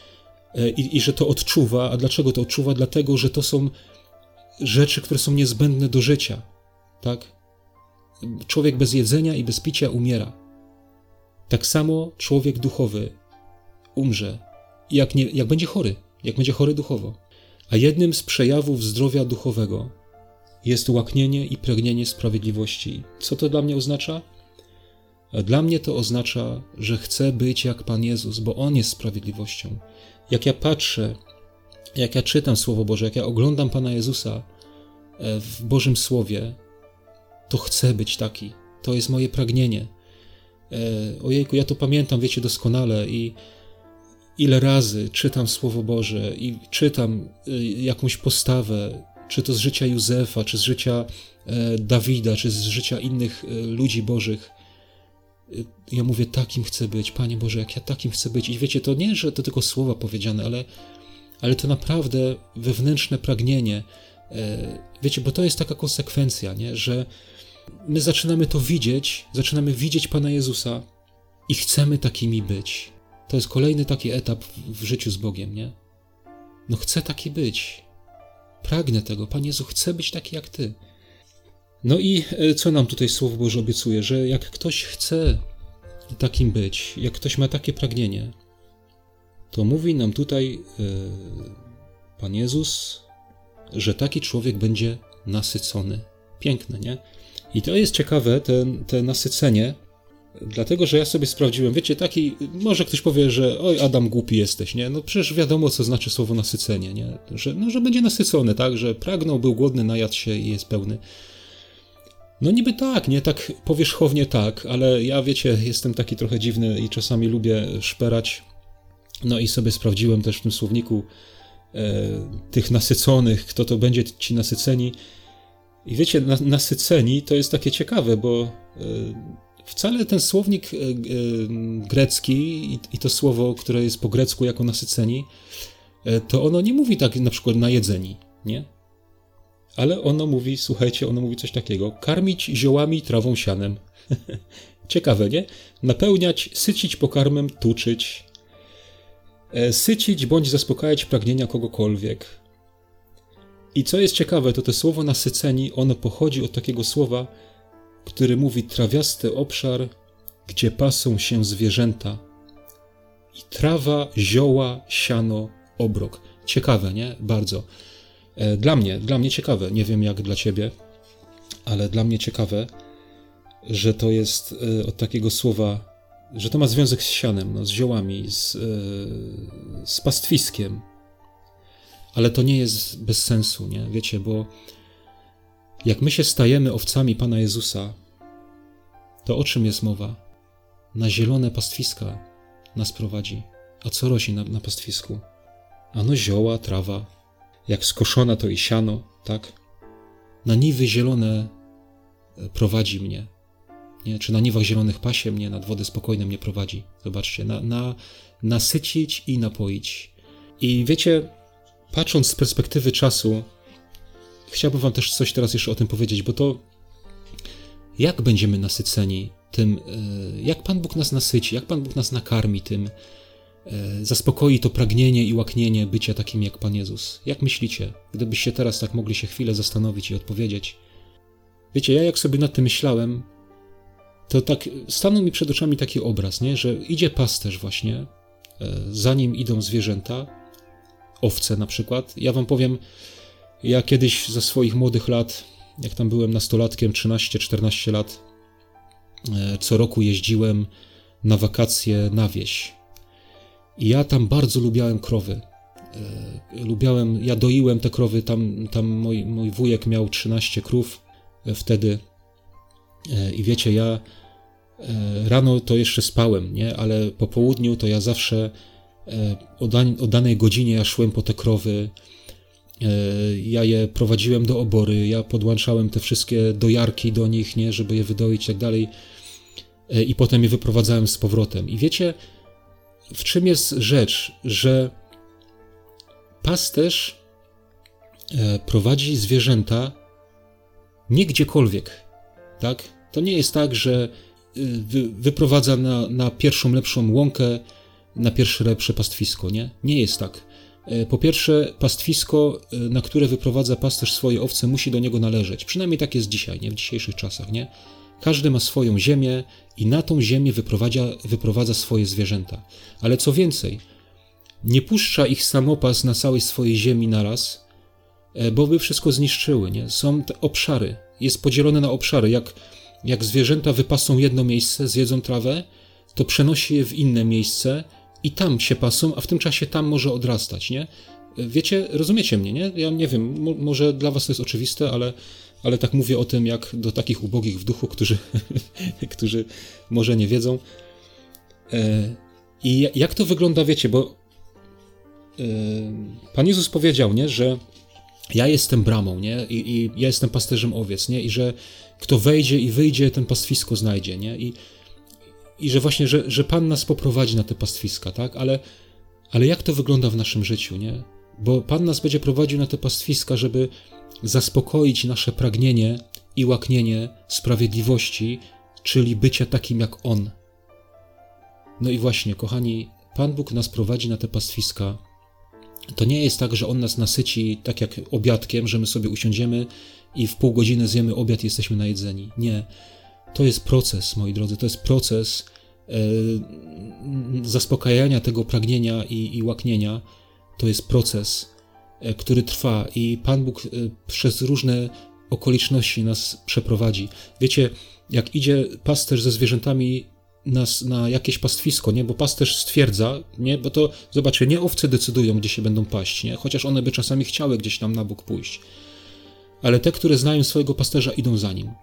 i że to odczuwa. A dlaczego to odczuwa? Dlatego, że to są rzeczy, które są niezbędne do życia, tak? Człowiek bez jedzenia i bez picia umiera. Tak samo człowiek duchowy umrze, jak będzie chory duchowo. A jednym z przejawów zdrowia duchowego jest łaknienie i pragnienie sprawiedliwości. Co to dla mnie oznacza? Dla mnie to oznacza, że chcę być jak Pan Jezus, bo On jest sprawiedliwością. Jak ja patrzę, jak ja czytam Słowo Boże, jak ja oglądam Pana Jezusa w Bożym Słowie, to chcę być taki. To jest moje pragnienie. Ojejku, ja to pamiętam, wiecie, doskonale i ile razy czytam Słowo Boże i czytam jakąś postawę, czy to z życia Józefa, czy z życia Dawida, czy z życia innych ludzi bożych. Ja mówię, takim chcę być, Panie Boże, jak ja takim chcę być. I wiecie, to nie, że to tylko słowa powiedziane, ale to naprawdę wewnętrzne pragnienie. Wiecie, bo to jest taka konsekwencja, nie? Że my zaczynamy to widzieć, zaczynamy widzieć Pana Jezusa i chcemy takimi być. To jest kolejny taki etap w życiu z Bogiem, nie? No chcę taki być. Pragnę tego. Panie Jezu, chcę być taki jak Ty. No i co nam tutaj Słowo Boże obiecuje? Że jak ktoś chce takim być, jak ktoś ma takie pragnienie, to mówi nam tutaj Pan Jezus, że taki człowiek będzie nasycony. Piękne, nie? I to jest ciekawe, te nasycenie, dlatego, że ja sobie sprawdziłem, wiecie, może ktoś powie, że oj, Adam, głupi jesteś, nie? No przecież wiadomo, co znaczy słowo nasycenie, nie? Że będzie nasycony, tak? Że pragnął, był głodny, najadł się i jest pełny. No niby tak, nie? Tak powierzchownie tak, ale ja, wiecie, jestem taki trochę dziwny i czasami lubię szperać. No i sobie sprawdziłem też w tym słowniku tych nasyconych, kto to będzie ci nasyceni. I wiecie, nasyceni to jest takie ciekawe, bo wcale ten słownik grecki i to słowo, które jest po grecku jako nasyceni, to ono nie mówi tak na przykład najedzeni, nie? Ale ono mówi, słuchajcie, ono mówi coś takiego: karmić ziołami, trawą, sianem. Ciekawe, nie? Napełniać, sycić pokarmem, tuczyć. Sycić bądź zaspokajać pragnienia kogokolwiek. I co jest ciekawe, to słowo nasyceni, ono pochodzi od takiego słowa, który mówi trawiasty obszar, gdzie pasą się zwierzęta. I trawa, zioła, siano, obrok. Ciekawe, nie? Bardzo. Dla mnie ciekawe. Nie wiem jak dla ciebie, ale dla mnie ciekawe, że to jest od takiego słowa, że to ma związek z sianem, no, z ziołami, z pastwiskiem. Ale to nie jest bez sensu, nie? Wiecie, bo jak my się stajemy owcami Pana Jezusa, to o czym jest mowa? Na zielone pastwiska nas prowadzi. A co rośnie na pastwisku? Ano zioła, trawa. Jak skoszona to i siano, tak? Na niwy zielone prowadzi mnie. Nie? Czy na niwach zielonych pasie mnie, nad wody spokojne mnie prowadzi. Zobaczcie, nasycić i napoić. I wiecie, patrząc z perspektywy czasu, chciałbym wam też coś teraz jeszcze o tym powiedzieć, bo to jak będziemy nasyceni tym, jak Pan Bóg nas nasyci, jak Pan Bóg nas nakarmi tym, zaspokoi to pragnienie i łaknienie bycia takim jak Pan Jezus. Jak myślicie, gdybyście teraz tak mogli się chwilę zastanowić i odpowiedzieć? Wiecie, ja jak sobie nad tym myślałem, to tak stanął mi przed oczami taki obraz, nie? Że idzie pasterz właśnie, za nim idą zwierzęta, owce na przykład. Ja wam powiem, ja kiedyś za swoich młodych lat, jak tam byłem nastolatkiem, 13-14 lat, co roku jeździłem na wakacje na wieś. I ja tam bardzo lubiałem krowy. Ja doiłem te krowy, tam mój wujek miał 13 krów wtedy. I wiecie, ja rano to jeszcze spałem, nie? Ale po południu to ja zawsze o danej godzinie ja szłem po te krowy, ja je prowadziłem do obory, ja podłączałem te wszystkie dojarki do nich, nie? Żeby je wydoić i tak dalej. I potem je wyprowadzałem z powrotem. I wiecie, w czym jest rzecz, że pasterz prowadzi zwierzęta nie gdziekolwiek, tak? To nie jest tak, że wyprowadza na pierwszą lepszą łąkę, na pierwsze lepsze pastwisko, nie? Nie jest tak. Po pierwsze, pastwisko, na które wyprowadza pasterz swoje owce, musi do niego należeć. Przynajmniej tak jest dzisiaj, nie? W dzisiejszych czasach, nie? Każdy ma swoją ziemię i na tą ziemię wyprowadza swoje zwierzęta. Ale co więcej, nie puszcza ich samopas na całej swojej ziemi naraz, bo by wszystko zniszczyły, nie? Są te obszary, jest podzielone na obszary. Jak zwierzęta wypasą jedno miejsce, zjedzą trawę, to przenosi je w inne miejsce i tam się pasą, a w tym czasie tam może odrastać, nie? Wiecie, rozumiecie mnie, nie? Ja nie wiem, może dla was to jest oczywiste, ale tak mówię o tym, jak do takich ubogich w duchu, którzy może nie wiedzą. I jak to wygląda, wiecie, bo Pan Jezus powiedział, nie, że ja jestem bramą, nie, i ja jestem pasterzem owiec, nie, i że kto wejdzie i wyjdzie, ten pastwisko znajdzie, nie, i że właśnie, że Pan nas poprowadzi na te pastwiska, tak, ale jak to wygląda w naszym życiu, nie, bo Pan nas będzie prowadził na te pastwiska, żeby zaspokoić nasze pragnienie i łaknienie sprawiedliwości, czyli bycia takim jak On. No i właśnie, kochani, Pan Bóg nas prowadzi na te pastwiska. To nie jest tak, że On nas nasyci tak jak obiadkiem, że my sobie usiądziemy i w pół godziny zjemy obiad i jesteśmy najedzeni. Nie. To jest proces, moi drodzy, to jest proces zaspokajania tego pragnienia i łaknienia. To jest proces, który trwa i Pan Bóg przez różne okoliczności nas przeprowadzi. Wiecie, jak idzie pasterz ze zwierzętami na jakieś pastwisko, nie? Bo pasterz stwierdza, nie? Bo to, zobaczcie, nie owce decydują, gdzie się będą paść, nie? Chociaż one by czasami chciały gdzieś tam na bok pójść. Ale te, które znają swojego pasterza, idą za nim.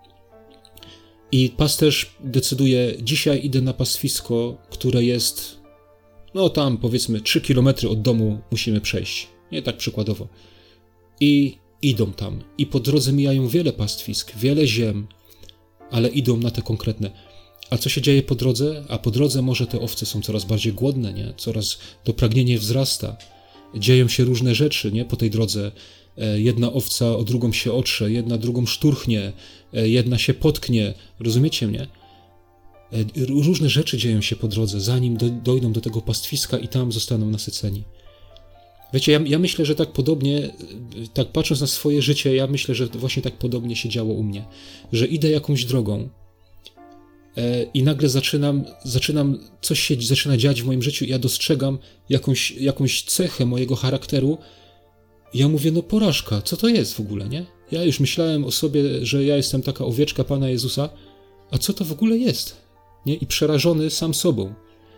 I pasterz decyduje, dzisiaj idę na pastwisko, które jest, no tam powiedzmy 3 kilometry od domu musimy przejść. Nie tak przykładowo. I idą tam. I po drodze mijają wiele pastwisk, wiele ziem, ale idą na te konkretne. A co się dzieje po drodze? A po drodze może te owce są coraz bardziej głodne, nie? Coraz to pragnienie wzrasta. Dzieją się różne rzeczy, nie? Po tej drodze. Jedna owca o drugą się otrze, jedna drugą szturchnie, jedna się potknie. Rozumiecie mnie? Różne rzeczy dzieją się po drodze, zanim dojdą do tego pastwiska i tam zostaną nasyceni. Wiecie, ja myślę, że tak podobnie, tak patrząc na swoje życie, ja myślę, że właśnie tak podobnie się działo u mnie. Że idę jakąś drogą i nagle coś się zaczyna dziać w moim życiu i ja dostrzegam jakąś cechę mojego charakteru i ja mówię, no porażka, co to jest w ogóle, nie? Ja już myślałem o sobie, że ja jestem taka owieczka Pana Jezusa, a co to w ogóle jest? Nie? I przerażony sam sobą.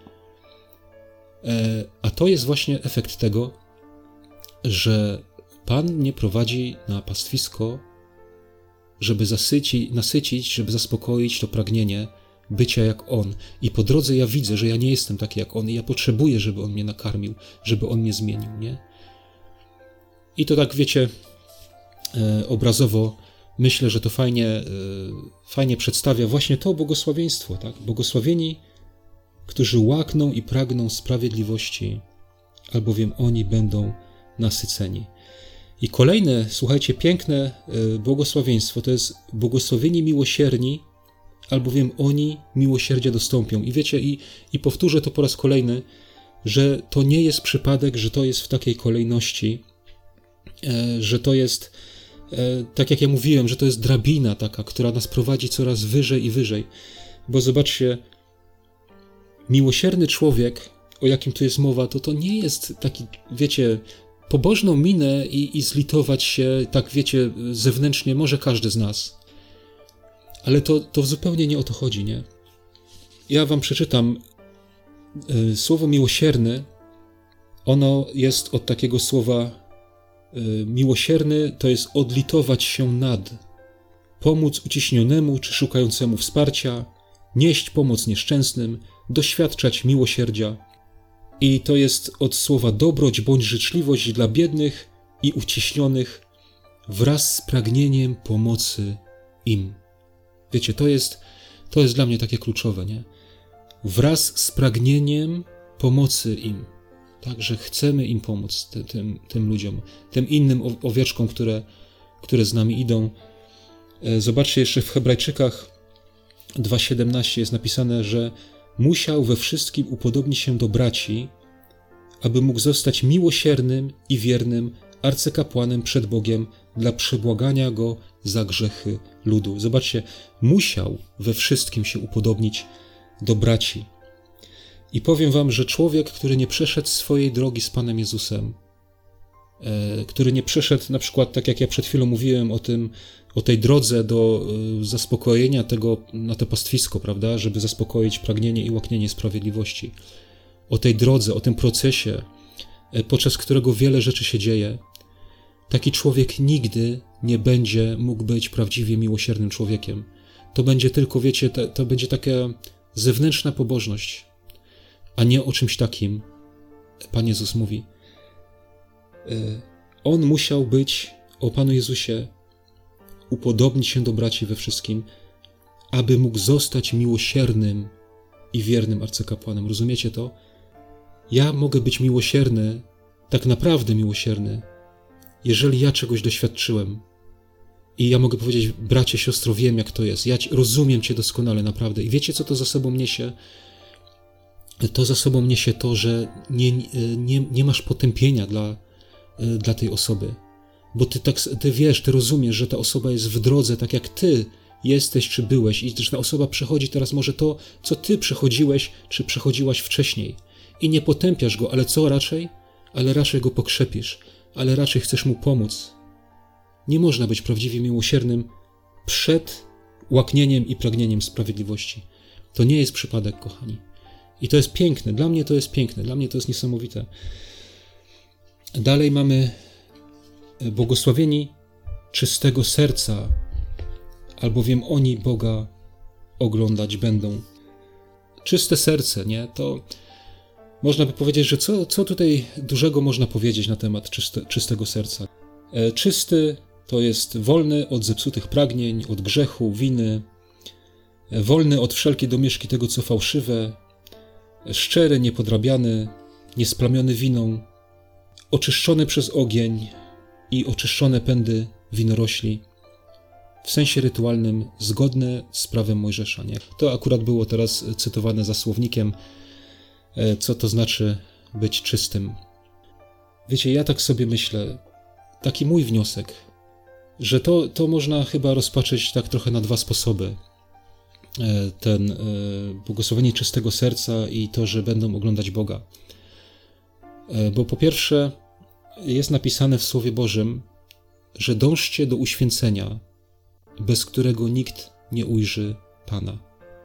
A to jest właśnie efekt tego, że Pan mnie prowadzi na pastwisko, żeby nasycić, żeby zaspokoić to pragnienie bycia jak On. I po drodze ja widzę, że ja nie jestem taki jak On i ja potrzebuję, żeby On mnie nakarmił, żeby On mnie zmienił, nie? I to tak, wiecie, obrazowo myślę, że to fajnie przedstawia właśnie to błogosławieństwo, tak? Błogosławieni, którzy łakną i pragną sprawiedliwości, albowiem oni będą nasyceni. I kolejne, słuchajcie, piękne błogosławieństwo to jest błogosławieni miłosierni, albowiem oni miłosierdzia dostąpią. I wiecie, i powtórzę to po raz kolejny, że to nie jest przypadek, że to jest w takiej kolejności, że to jest, tak jak ja mówiłem, że to jest drabina taka, która nas prowadzi coraz wyżej i wyżej. Bo zobaczcie, miłosierny człowiek, o jakim tu jest mowa, to nie jest taki, wiecie, pobożną minę i zlitować się, tak wiecie, zewnętrznie może każdy z nas. Ale to zupełnie nie o to chodzi, nie? Ja wam przeczytam. Słowo miłosierny, ono jest od takiego słowa miłosierny, to jest odlitować się nad, pomóc uciśnionemu czy szukającemu wsparcia, nieść pomoc nieszczęsnym, doświadczać miłosierdzia. I to jest od słowa dobroć bądź życzliwość dla biednych i uciśnionych wraz z pragnieniem pomocy im. Wiecie, to jest dla mnie takie kluczowe, nie? Wraz z pragnieniem pomocy im. Także chcemy im pomóc, tym ludziom, tym innym owieczkom, które z nami idą. Zobaczcie, jeszcze w Hebrajczykach 2:17 jest napisane, że musiał we wszystkim upodobnić się do braci, aby mógł zostać miłosiernym i wiernym arcykapłanem przed Bogiem dla przebłagania go za grzechy ludu. Zobaczcie, musiał we wszystkim się upodobnić do braci. I powiem wam, że człowiek, który nie przeszedł swojej drogi z Panem Jezusem, który nie przeszedł na przykład, tak jak ja przed chwilą mówiłem o tej drodze do zaspokojenia tego na to pastwisko, prawda, żeby zaspokoić pragnienie i łaknienie sprawiedliwości, o tej drodze, o tym procesie, podczas którego wiele rzeczy się dzieje, taki człowiek nigdy nie będzie mógł być prawdziwie miłosiernym człowiekiem. To będzie tylko, wiecie, to będzie taka zewnętrzna pobożność, a nie o czymś takim. Pan Jezus mówi. On musiał być, o Panu Jezusie, upodobnić się do braci we wszystkim, aby mógł zostać miłosiernym i wiernym arcykapłanem. Rozumiecie to? Ja mogę być miłosierny, tak naprawdę miłosierny, jeżeli ja czegoś doświadczyłem. I ja mogę powiedzieć, bracie, siostro, wiem jak to jest. Ja rozumiem cię doskonale, naprawdę. I wiecie, co to za sobą niesie? To za sobą niesie to, że nie masz potępienia dla tej osoby. Bo ty wiesz, ty rozumiesz, że ta osoba jest w drodze, tak jak ty jesteś, czy byłeś, i że ta osoba przechodzi teraz może to, co ty przechodziłeś, czy przechodziłaś wcześniej. I nie potępiasz go, ale co raczej? Ale raczej go pokrzepisz, ale raczej chcesz mu pomóc. Nie można być prawdziwie miłosiernym przed łaknieniem i pragnieniem sprawiedliwości. To nie jest przypadek, kochani. I to jest piękne. Dla mnie to jest piękne. Dla mnie to jest niesamowite. Dalej mamy błogosławieni czystego serca, albowiem oni Boga oglądać będą. Czyste serce, nie? To można by powiedzieć, że co tutaj dużego można powiedzieć na temat czystego serca. Czysty to jest wolny od zepsutych pragnień, od grzechu, winy, wolny od wszelkiej domieszki tego, co fałszywe, szczery, niepodrabiany, niesplamiony winą, oczyszczony przez ogień i oczyszczone pędy winorośli, w sensie rytualnym zgodne z prawem Mojżesza. Nie? To akurat było teraz cytowane za słownikiem, co to znaczy być czystym. Wiecie, ja tak sobie myślę, taki mój wniosek, że to można chyba rozpatrzeć tak trochę na dwa sposoby. Ten błogosławienie czystego serca i to, że będą oglądać Boga. Bo po pierwsze jest napisane w Słowie Bożym, że dążcie do uświęcenia, bez którego nikt nie ujrzy Pana.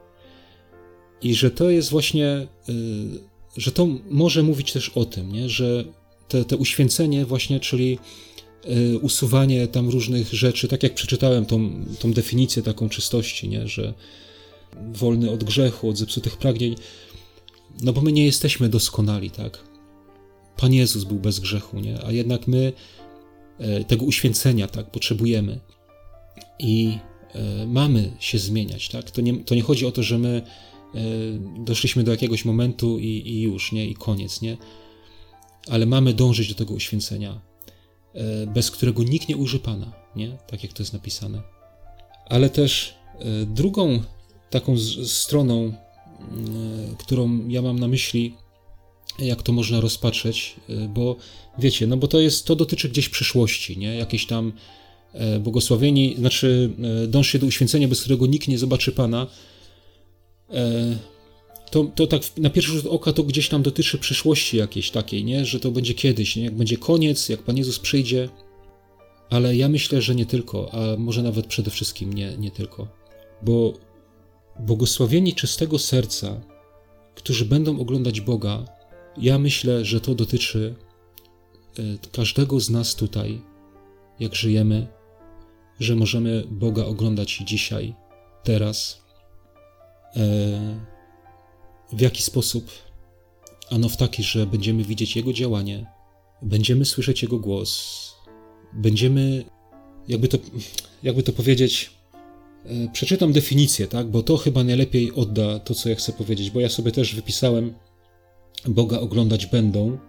I że to jest właśnie, że to może mówić też o tym, nie? Że te uświęcenie właśnie, czyli usuwanie tam różnych rzeczy, tak jak przeczytałem tą definicję taką czystości, nie? Że wolny od grzechu, od zepsutych pragnień, no bo my nie jesteśmy doskonali, tak? Pan Jezus był bez grzechu, nie? A jednak my tego uświęcenia, tak, potrzebujemy i mamy się zmieniać, tak? To nie chodzi o to, że my doszliśmy do jakiegoś momentu i już, nie? I koniec, nie? ale mamy dążyć do tego uświęcenia, bez którego nikt nie ujrzy Pana, nie? Tak jak to jest napisane. Ale też drugą taką stroną, którą ja mam na myśli, jak to można rozpatrzeć, bo wiecie, no bo to dotyczy gdzieś przyszłości, nie? Jakieś tam błogosławieni, znaczy dążcie do uświęcenia, bez którego nikt nie zobaczy Pana. To tak na pierwszy rzut oka to gdzieś tam dotyczy przyszłości jakiejś takiej, nie? Że to będzie kiedyś, nie? Jak będzie koniec, jak Pan Jezus przyjdzie. Ale ja myślę, że nie tylko, a może nawet przede wszystkim nie tylko. Bo błogosławieni czystego serca, którzy będą oglądać Boga, ja myślę, że to dotyczy każdego z nas tutaj, jak żyjemy, że możemy Boga oglądać dzisiaj, teraz. W jaki sposób? Ano w taki, że będziemy widzieć Jego działanie, będziemy słyszeć Jego głos, będziemy, jakby to powiedzieć, przeczytam definicję, tak? Bo to chyba najlepiej odda to, co ja chcę powiedzieć, bo ja sobie też wypisałem, Boga oglądać będą,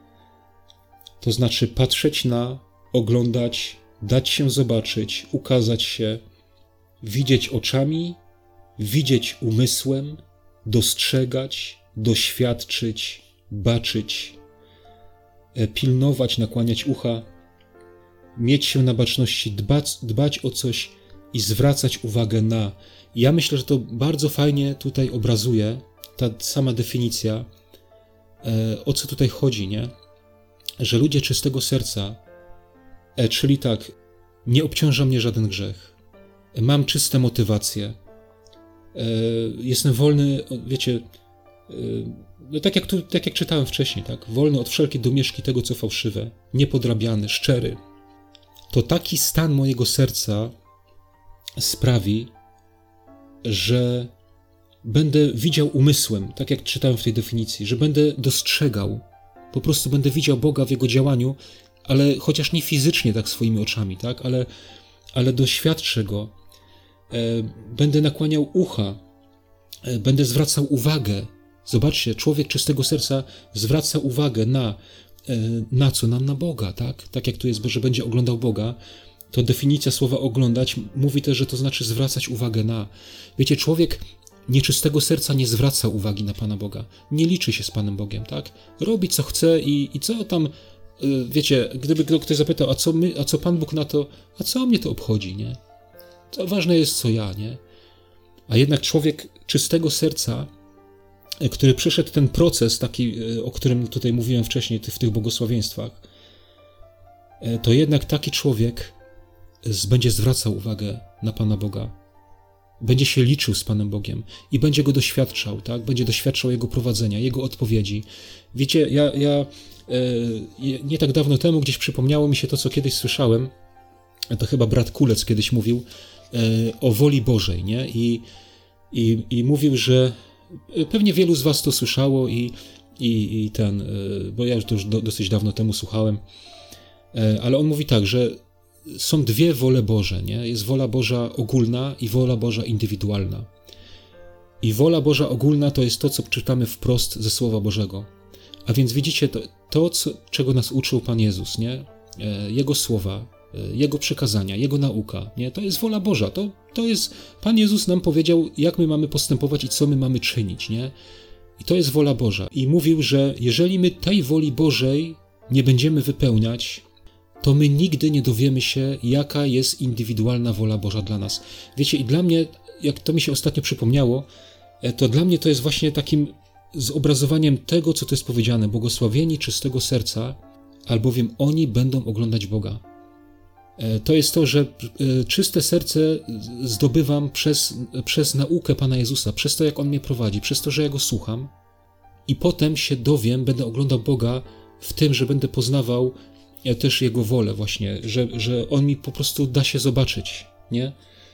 to znaczy patrzeć na, oglądać, dać się zobaczyć, ukazać się, widzieć oczami, widzieć umysłem, dostrzegać, doświadczyć, baczyć, pilnować, nakłaniać ucha, mieć się na baczności, dbać o coś i zwracać uwagę na. Ja myślę, że to bardzo fajnie tutaj obrazuje ta sama definicja, o co tutaj chodzi, nie? Że ludzie czystego serca, czyli tak, nie obciąża mnie żaden grzech, mam czyste motywacje, jestem wolny, wiecie, no tak jak czytałem wcześniej, tak, wolny od wszelkiej domieszki tego, co fałszywe, niepodrabiany, szczery. To taki stan mojego serca sprawi, że będę widział umysłem, tak jak czytałem w tej definicji, że będę dostrzegał, po prostu będę widział Boga w Jego działaniu, ale chociaż nie fizycznie tak swoimi oczami, tak, ale doświadczę Go, będę nakłaniał ucha, będę zwracał uwagę. Zobaczcie, człowiek czystego serca zwraca uwagę na co? Na Boga, tak? Tak jak tu jest, że będzie oglądał Boga, to definicja słowa oglądać mówi też, że to znaczy zwracać uwagę na. Wiecie, człowiek nieczystego serca nie zwraca uwagi na Pana Boga. Nie liczy się z Panem Bogiem, tak? Robi co chce i co tam, wiecie, gdyby ktoś zapytał, a co Pan Bóg na to, a co mnie to obchodzi, nie? To ważne jest co ja, nie? A jednak człowiek czystego serca, który przeszedł ten proces taki, o którym tutaj mówiłem wcześniej w tych błogosławieństwach, to jednak taki człowiek będzie zwracał uwagę na Pana Boga, będzie się liczył z Panem Bogiem i będzie Go doświadczał, tak? Będzie doświadczał Jego prowadzenia, Jego odpowiedzi. Wiecie, ja nie tak dawno temu gdzieś przypomniało mi się to, co kiedyś słyszałem, to chyba brat Kulec kiedyś mówił o woli Bożej, nie? I mówił, że pewnie wielu z was to słyszało bo ja już to już dosyć dawno temu słuchałem, ale on mówi tak, że są dwie wole Boże, nie? Jest wola Boża ogólna i wola Boża indywidualna. I wola Boża ogólna to jest to, co czytamy wprost ze Słowa Bożego. A więc widzicie, czego nas uczył Pan Jezus, nie? Jego słowa, Jego przekazania, Jego nauka, nie? To jest wola Boża, to jest, Pan Jezus nam powiedział, jak my mamy postępować i co my mamy czynić, nie? I to jest wola Boża. I mówił, że jeżeli my tej woli Bożej nie będziemy wypełniać, to my nigdy nie dowiemy się, jaka jest indywidualna wola Boża dla nas. Wiecie, i dla mnie, jak to mi się ostatnio przypomniało, to dla mnie to jest właśnie takim zobrazowaniem tego, co to jest powiedziane, błogosławieni czystego serca, albowiem oni będą oglądać Boga. To jest to, że czyste serce zdobywam przez naukę Pana Jezusa, przez to, jak On mnie prowadzi, przez to, że ja Go słucham i potem się dowiem, będę oglądał Boga w tym, że będę poznawał też Jego wolę właśnie, że On mi po prostu da się zobaczyć, nie?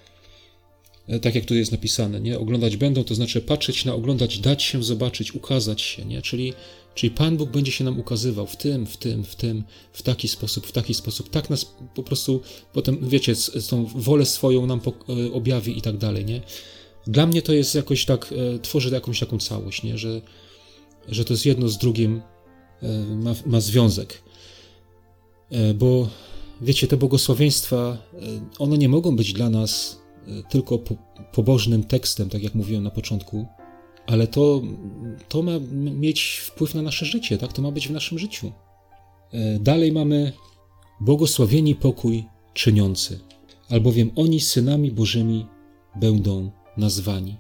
Tak jak tu jest napisane, nie? Oglądać będą, to znaczy patrzeć na oglądać, dać się zobaczyć, ukazać się, nie? Czyli Pan Bóg będzie się nam ukazywał w tym, w taki sposób, tak nas po prostu potem, wiecie, tą wolę swoją nam objawi i tak dalej, nie? Dla mnie to jest jakoś tak, tworzy jakąś taką całość, nie? Że to jest jedno z drugim ma związek. Bo wiecie, te błogosławieństwa, one nie mogą być dla nas tylko pobożnym tekstem, tak jak mówiłem na początku, ale to ma mieć wpływ na nasze życie, tak? To ma być w naszym życiu. Dalej mamy błogosławieni pokój czyniący, albowiem oni synami Bożymi będą nazwani.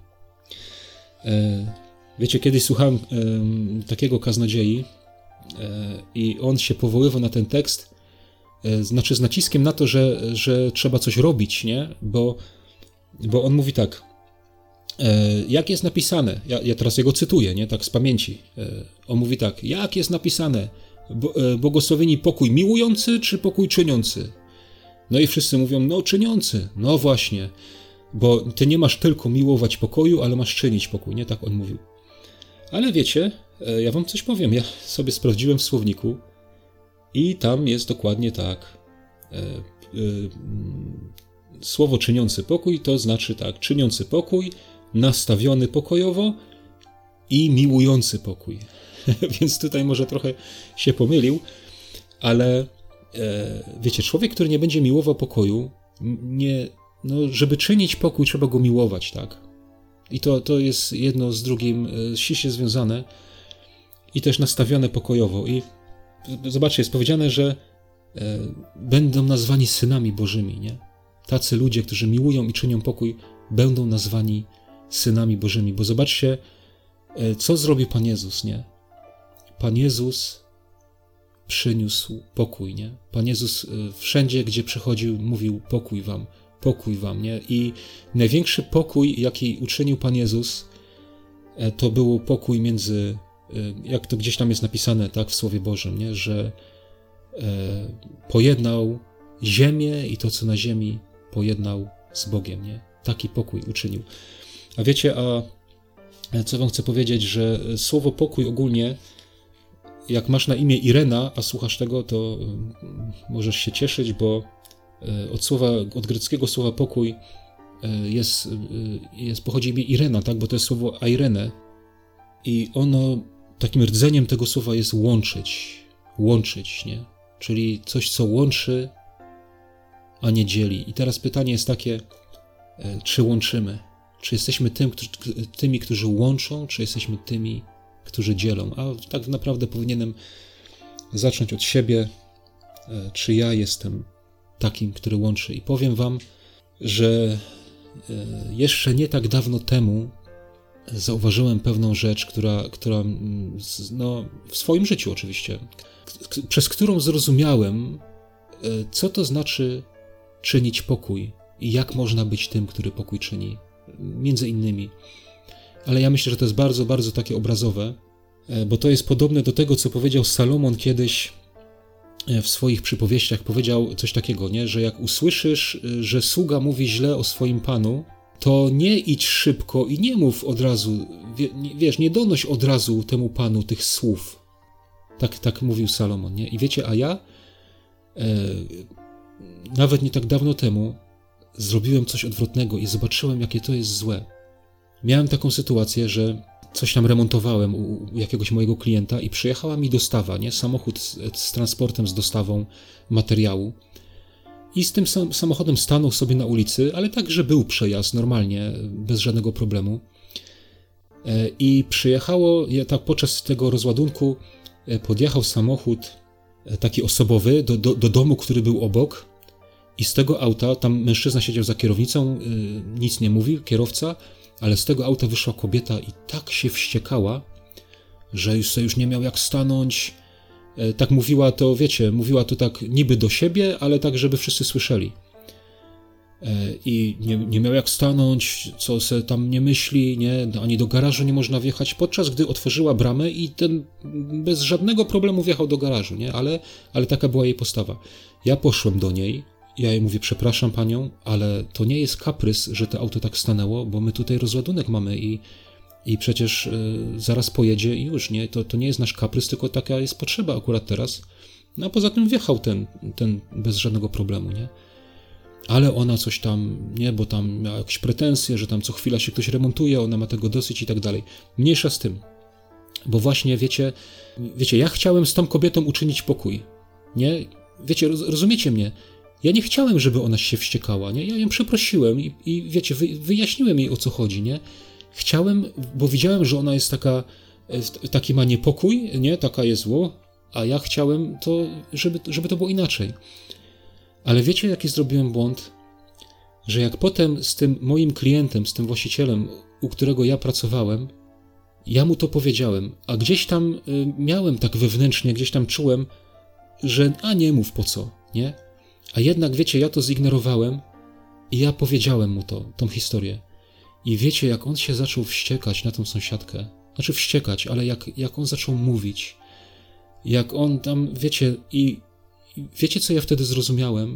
Wiecie, kiedyś słuchałem takiego kaznodziei i on się powoływał na ten tekst, znaczy z naciskiem na to, że trzeba coś robić, nie? Bo on mówi tak, jak jest napisane, ja teraz jego cytuję, nie? Tak z pamięci, on mówi tak, jak jest napisane, błogosławieni pokój miłujący czy pokój czyniący? No i wszyscy mówią, no czyniący, no właśnie, bo ty nie masz tylko miłować pokoju, ale masz czynić pokój, nie? Tak on mówił. Ale wiecie, ja wam coś powiem, ja sobie sprawdziłem w słowniku i tam jest dokładnie tak. Słowo czyniący pokój to znaczy tak, czyniący pokój, nastawiony pokojowo i miłujący pokój. Więc tutaj może trochę się pomylił, ale wiecie, człowiek, który nie będzie miłował pokoju, żeby czynić pokój, trzeba go miłować, tak? I to jest jedno z drugim ściśle związane i też nastawione pokojowo. I zobaczcie, jest powiedziane, że będą nazwani synami Bożymi, nie? Tacy ludzie, którzy miłują i czynią pokój, będą nazwani synami Bożymi. Bo zobaczcie, co zrobił Pan Jezus, nie? Pan Jezus przyniósł pokój, nie? Pan Jezus wszędzie, gdzie przychodził, mówił pokój wam, nie? I największy pokój, jaki uczynił Pan Jezus, to był pokój między, jak to gdzieś tam jest napisane, tak, w Słowie Bożym, nie? Że pojednał ziemię i to, co na ziemi, pojednał z Bogiem, nie? Taki pokój uczynił. A wiecie, co wam chcę powiedzieć, że słowo pokój ogólnie, jak masz na imię Irena, a słuchasz tego, to możesz się cieszyć, bo od greckiego słowa pokój pochodzi imię Irena, tak? Bo to jest słowo airene i ono, takim rdzeniem tego słowa jest łączyć, nie? Czyli coś, co łączy, a nie dzieli. I teraz pytanie jest takie, czy łączymy? Czy jesteśmy tymi, którzy łączą, czy jesteśmy tymi, którzy dzielą? A tak naprawdę powinienem zacząć od siebie, czy ja jestem takim, który łączy. I powiem wam, że jeszcze nie tak dawno temu zauważyłem pewną rzecz, która w swoim życiu oczywiście, przez którą zrozumiałem, co to znaczy czynić pokój i jak można być tym, który pokój czyni, między innymi. Ale ja myślę, że to jest bardzo, bardzo takie obrazowe, bo to jest podobne do tego, co powiedział Salomon kiedyś w swoich przypowieściach. Powiedział coś takiego, nie? Że jak usłyszysz, że sługa mówi źle o swoim panu, to nie idź szybko i nie mów od razu, nie donoś od razu temu panu tych słów. Tak mówił Salomon, nie? I wiecie, a ja nawet nie tak dawno temu zrobiłem coś odwrotnego i zobaczyłem, jakie to jest złe. Miałem taką sytuację, że coś tam remontowałem u jakiegoś mojego klienta i przyjechała mi dostawa, nie? Samochód z transportem, z dostawą materiału. I z tym samochodem stanął sobie na ulicy, ale tak, że był przejazd normalnie, bez żadnego problemu. I przyjechało, tak podczas tego rozładunku podjechał samochód taki osobowy do domu, który był obok. I z tego auta, tam mężczyzna siedział za kierownicą, nic nie mówił, kierowca, ale z tego auta wyszła kobieta i tak się wściekała, że już nie miał jak stanąć. Tak mówiła to, wiecie, mówiła to tak niby do siebie, ale tak, żeby wszyscy słyszeli. I nie miał jak stanąć, co se tam nie myśli, nie, ani do garażu nie można wjechać, podczas gdy otworzyła bramę i ten bez żadnego problemu wjechał do garażu, nie, ale taka była jej postawa. Ja poszłem do niej, ja jej mówię, przepraszam panią, ale to nie jest kaprys, że to auto tak stanęło, bo my tutaj rozładunek mamy i przecież zaraz pojedzie i już, nie? To nie jest nasz kaprys, tylko taka jest potrzeba akurat teraz. No a poza tym wjechał ten bez żadnego problemu, nie? Ale ona coś tam, nie, bo tam miała jakieś pretensje, że tam co chwila się ktoś remontuje, ona ma tego dosyć i tak dalej. Mniejsza z tym. Bo właśnie, wiecie, ja chciałem z tą kobietą uczynić pokój, nie? Wiecie, rozumiecie mnie? Ja nie chciałem, żeby ona się wściekała, nie? Ja ją przeprosiłem i wiecie, wyjaśniłem jej, o co chodzi, nie? Chciałem, bo widziałem, że ona jest taki ma niepokój, nie? Taka jest zło, a ja chciałem to, żeby to było inaczej. Ale wiecie, jaki zrobiłem błąd? Że jak potem z tym moim klientem, z tym właścicielem, u którego ja pracowałem, ja mu to powiedziałem, a gdzieś tam miałem tak wewnętrznie, gdzieś tam czułem, że nie mów po co, nie? A jednak, wiecie, ja to zignorowałem i ja powiedziałem mu tą historię. I wiecie, jak on się zaczął wściekać na tą sąsiadkę, znaczy wściekać, ale jak on zaczął mówić, jak on tam, wiecie, i wiecie, co ja wtedy zrozumiałem?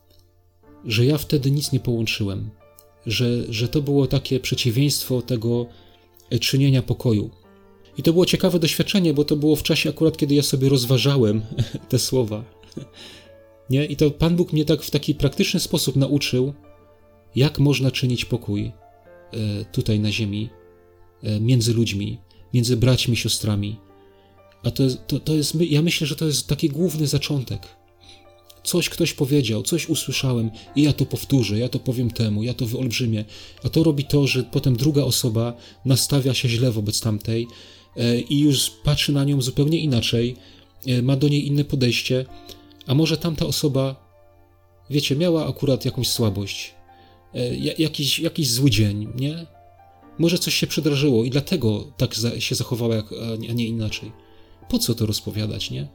Że ja wtedy nic nie połączyłem, że to było takie przeciwieństwo tego czynienia pokoju. I to było ciekawe doświadczenie, bo to było w czasie akurat, kiedy ja sobie rozważałem te słowa. Nie? I to Pan Bóg mnie tak w taki praktyczny sposób nauczył, jak można czynić pokój tutaj na ziemi, między ludźmi, między braćmi, siostrami. A to jest, ja myślę, że to jest taki główny zaczątek. Coś ktoś powiedział, coś usłyszałem i ja to powtórzę, ja to powiem temu, ja to wyolbrzymię. A to robi to, że potem druga osoba nastawia się źle wobec tamtej i już patrzy na nią zupełnie inaczej, ma do niej inne podejście, a może tamta osoba, wiecie, miała akurat jakąś słabość, jakiś zły dzień, nie? Może coś się przydarzyło i dlatego tak się zachowała, a nie inaczej. Po co to rozpowiadać, nie?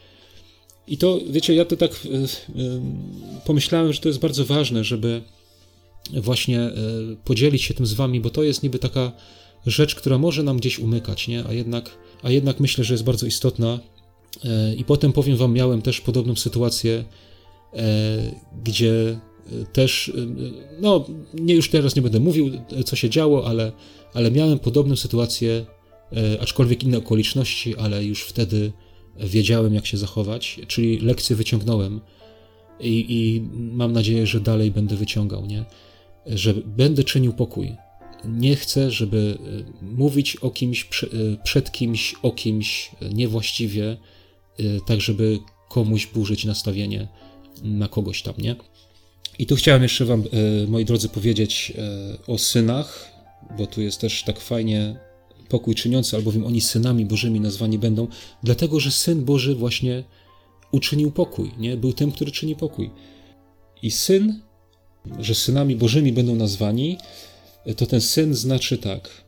I to, wiecie, ja to tak pomyślałem, że to jest bardzo ważne, żeby właśnie podzielić się tym z wami, bo to jest niby taka rzecz, która może nam gdzieś umykać, nie? A jednak myślę, że jest bardzo istotna. I potem powiem wam, miałem też podobną sytuację, gdzie też, już teraz nie będę mówił, co się działo, ale miałem podobną sytuację, aczkolwiek inne okoliczności, ale już wtedy wiedziałem, jak się zachować, czyli lekcję wyciągnąłem i mam nadzieję, że dalej będę wyciągał, nie? Że będę czynił pokój. Nie chcę, żeby mówić o kimś, przed kimś, o kimś niewłaściwie, tak żeby komuś burzyć nastawienie na kogoś tam, nie? I tu chciałem jeszcze wam, moi drodzy, powiedzieć o synach, bo tu jest też tak fajnie pokój czyniący, albowiem oni synami Bożymi nazwani będą, dlatego, że Syn Boży właśnie uczynił pokój, nie? Był tym, który czyni pokój. I Syn, że synami Bożymi będą nazwani, to ten Syn znaczy tak.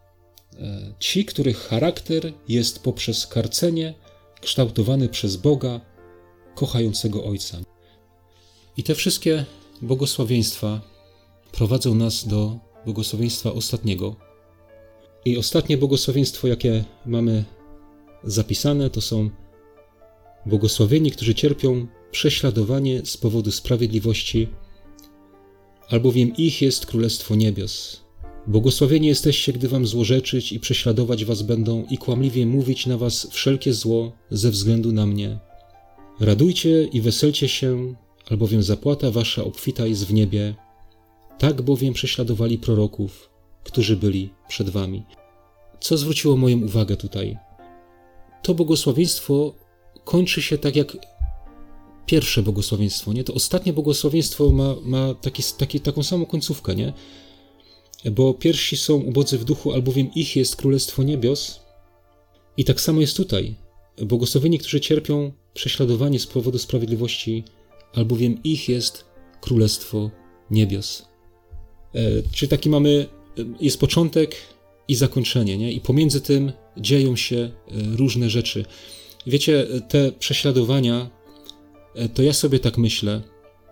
Ci, których charakter jest poprzez karcenie kształtowany przez Boga, kochającego Ojca. I te wszystkie błogosławieństwa prowadzą nas do błogosławieństwa ostatniego. I ostatnie błogosławieństwo, jakie mamy zapisane, to są błogosławieni, którzy cierpią prześladowanie z powodu sprawiedliwości, albowiem ich jest Królestwo Niebios. Błogosławieni jesteście, gdy wam złorzeczyć i prześladować was będą i kłamliwie mówić na was wszelkie zło ze względu na mnie. Radujcie i weselcie się, albowiem zapłata wasza obfita jest w niebie. Tak bowiem prześladowali proroków, którzy byli przed wami. Co zwróciło moją uwagę tutaj? To błogosławieństwo kończy się tak jak pierwsze błogosławieństwo, nie? To ostatnie błogosławieństwo ma taką samą końcówkę, nie? Bo pierwsi są ubodzy w duchu, albowiem ich jest Królestwo Niebios. I tak samo jest tutaj. Błogosławieni, którzy cierpią prześladowanie z powodu sprawiedliwości, albowiem ich jest Królestwo Niebios. Czyli taki jest początek i zakończenie, nie? I pomiędzy tym dzieją się różne rzeczy. Wiecie, te prześladowania, to ja sobie tak myślę,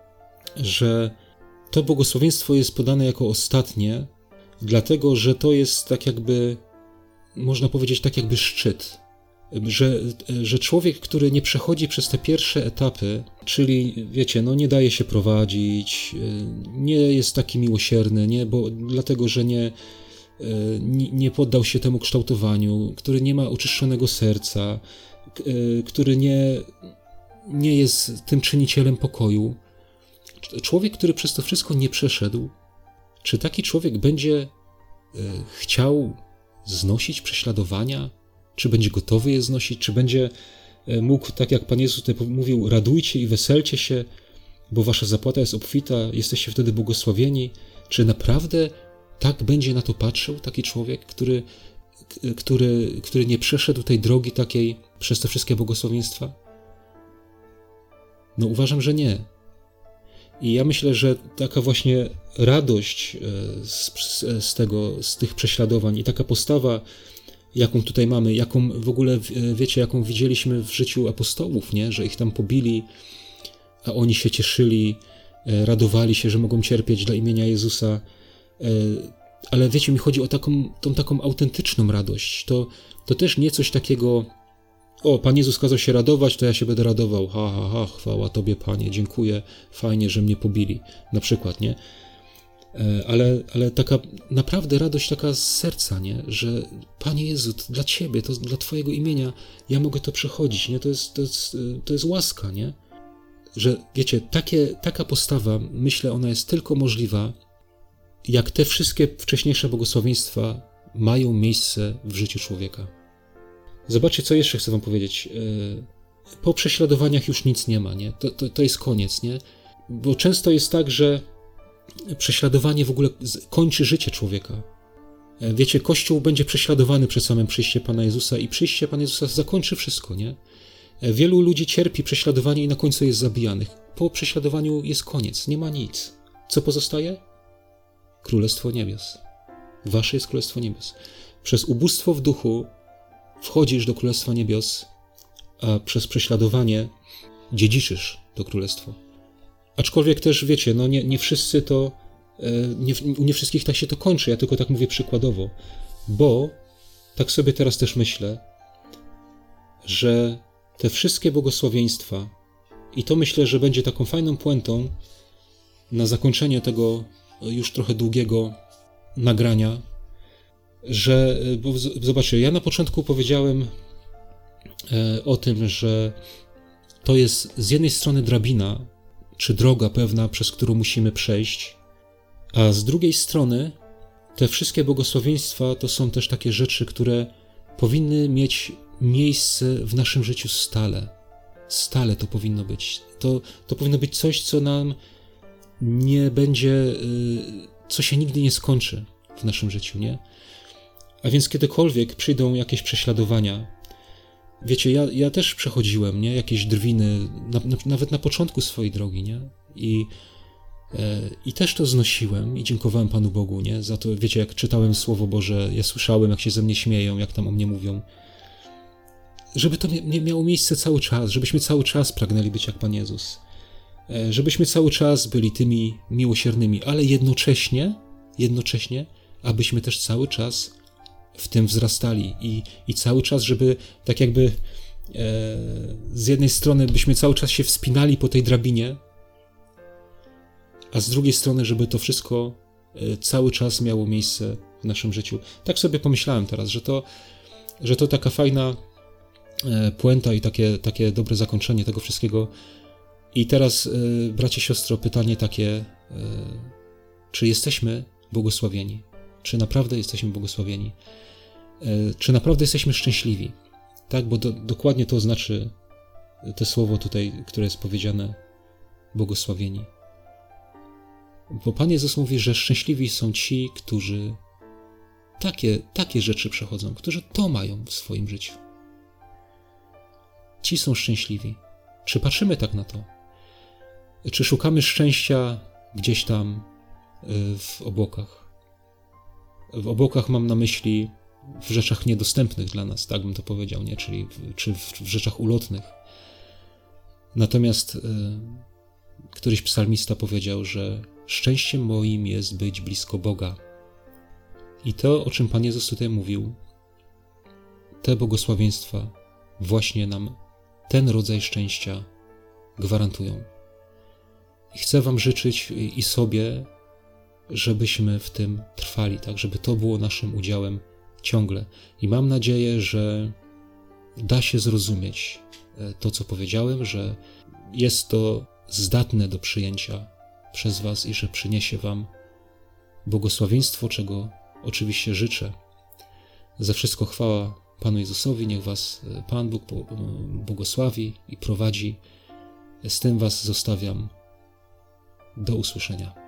że to błogosławieństwo jest podane jako ostatnie, dlatego, że to jest tak jakby, można powiedzieć, tak jakby szczyt. Że człowiek, który nie przechodzi przez te pierwsze etapy, czyli wiecie, nie daje się prowadzić, nie jest taki miłosierny, nie, dlatego, że nie poddał się temu kształtowaniu, który nie ma oczyszczonego serca, który nie jest tym czynicielem pokoju. Człowiek, który przez to wszystko nie przeszedł, czy taki człowiek będzie chciał znosić prześladowania czy będzie gotowy je znosić, czy będzie mógł, tak jak Pan Jezus tutaj mówił, radujcie i weselcie się, bo wasza zapłata jest obfita, jesteście wtedy błogosławieni. Czy naprawdę tak będzie na to patrzył taki człowiek, który nie przeszedł tej drogi takiej przez te wszystkie błogosławieństwa? No uważam, że nie. I ja myślę, że taka właśnie radość z tych prześladowań i taka postawa, jaką tutaj mamy, jaką w ogóle, wiecie, jaką widzieliśmy w życiu apostołów, nie? Że ich tam pobili, a oni się cieszyli, radowali się, że mogą cierpieć dla imienia Jezusa. Ale wiecie, mi chodzi o tą taką autentyczną radość. To też nie coś takiego, o, Pan Jezus kazał się radować, to ja się będę radował. Ha, ha, ha, chwała Tobie, Panie, dziękuję, fajnie, że mnie pobili. Na przykład, nie? Ale taka naprawdę radość taka z serca, nie? Że Panie Jezu, dla Ciebie, to dla Twojego imienia ja mogę to przechodzić, nie? To jest łaska, nie? Że wiecie, taka postawa, myślę, ona jest tylko możliwa, jak te wszystkie wcześniejsze błogosławieństwa mają miejsce w życiu człowieka. Zobaczcie, co jeszcze chcę wam powiedzieć. Po prześladowaniach już nic nie ma, nie? To jest koniec, nie? Bo często jest tak, że prześladowanie w ogóle kończy życie człowieka. Wiecie, Kościół będzie prześladowany przed samym przyjściem Pana Jezusa i przyjście Pana Jezusa zakończy wszystko, nie? Wielu ludzi cierpi prześladowanie i na końcu jest zabijanych. Po prześladowaniu jest koniec, nie ma nic. Co pozostaje? Królestwo Niebios. Wasze jest Królestwo Niebios. Przez ubóstwo w duchu wchodzisz do Królestwa Niebios, a przez prześladowanie dziedziczysz to Królestwo. Aczkolwiek też, wiecie, no nie wszyscy to, nie wszystkich tak się to kończy, ja tylko tak mówię przykładowo, bo tak sobie teraz też myślę, że te wszystkie błogosławieństwa, i to myślę, że będzie taką fajną puentą na zakończenie tego już trochę długiego nagrania, że, bo zobaczcie, ja na początku powiedziałem o tym, że to jest z jednej strony drabina, czy droga pewna, przez którą musimy przejść, a z drugiej strony te wszystkie błogosławieństwa to są też takie rzeczy, które powinny mieć miejsce w naszym życiu stale. Stale to powinno być. To powinno być coś, co nam nie będzie, co się nigdy nie skończy w naszym życiu, nie? A więc kiedykolwiek przyjdą jakieś prześladowania, wiecie, ja też przechodziłem, nie? Jakieś drwiny, nawet na początku swojej drogi, nie? I też to znosiłem i dziękowałem Panu Bogu, nie? Za to, wiecie, jak czytałem Słowo Boże, ja słyszałem, jak się ze mnie śmieją, jak tam o mnie mówią. Żeby to miało miejsce cały czas, żebyśmy cały czas pragnęli być jak Pan Jezus. Żebyśmy cały czas byli tymi miłosiernymi, ale jednocześnie, abyśmy też cały czas w tym wzrastali i cały czas, żeby tak jakby z jednej strony byśmy cały czas się wspinali po tej drabinie, a z drugiej strony, żeby to wszystko cały czas miało miejsce w naszym życiu. Tak sobie pomyślałem teraz, że to taka fajna puenta i takie dobre zakończenie tego wszystkiego. I teraz, bracie, siostro, pytanie takie, czy jesteśmy błogosławieni? Czy naprawdę jesteśmy błogosławieni? Czy naprawdę jesteśmy szczęśliwi? Tak, bo dokładnie to znaczy to słowo tutaj, które jest powiedziane, błogosławieni. Bo Pan Jezus mówi, że szczęśliwi są ci, którzy takie rzeczy przechodzą, którzy to mają w swoim życiu. Ci są szczęśliwi. Czy patrzymy tak na to? Czy szukamy szczęścia gdzieś tam w obłokach? W obłokach mam na myśli w rzeczach niedostępnych dla nas, tak bym to powiedział, nie? Czy w rzeczach ulotnych. Natomiast któryś psalmista powiedział, że szczęściem moim jest być blisko Boga. I to, o czym Pan Jezus tutaj mówił, te błogosławieństwa właśnie nam ten rodzaj szczęścia gwarantują. I chcę wam życzyć i sobie, żebyśmy w tym trwali, tak, żeby to było naszym udziałem ciągle. I mam nadzieję, że da się zrozumieć to, co powiedziałem, że jest to zdatne do przyjęcia przez was i że przyniesie wam błogosławieństwo, czego oczywiście życzę. Za wszystko chwała Panu Jezusowi. Niech was Pan Bóg błogosławi i prowadzi. Z tym was zostawiam. Do usłyszenia.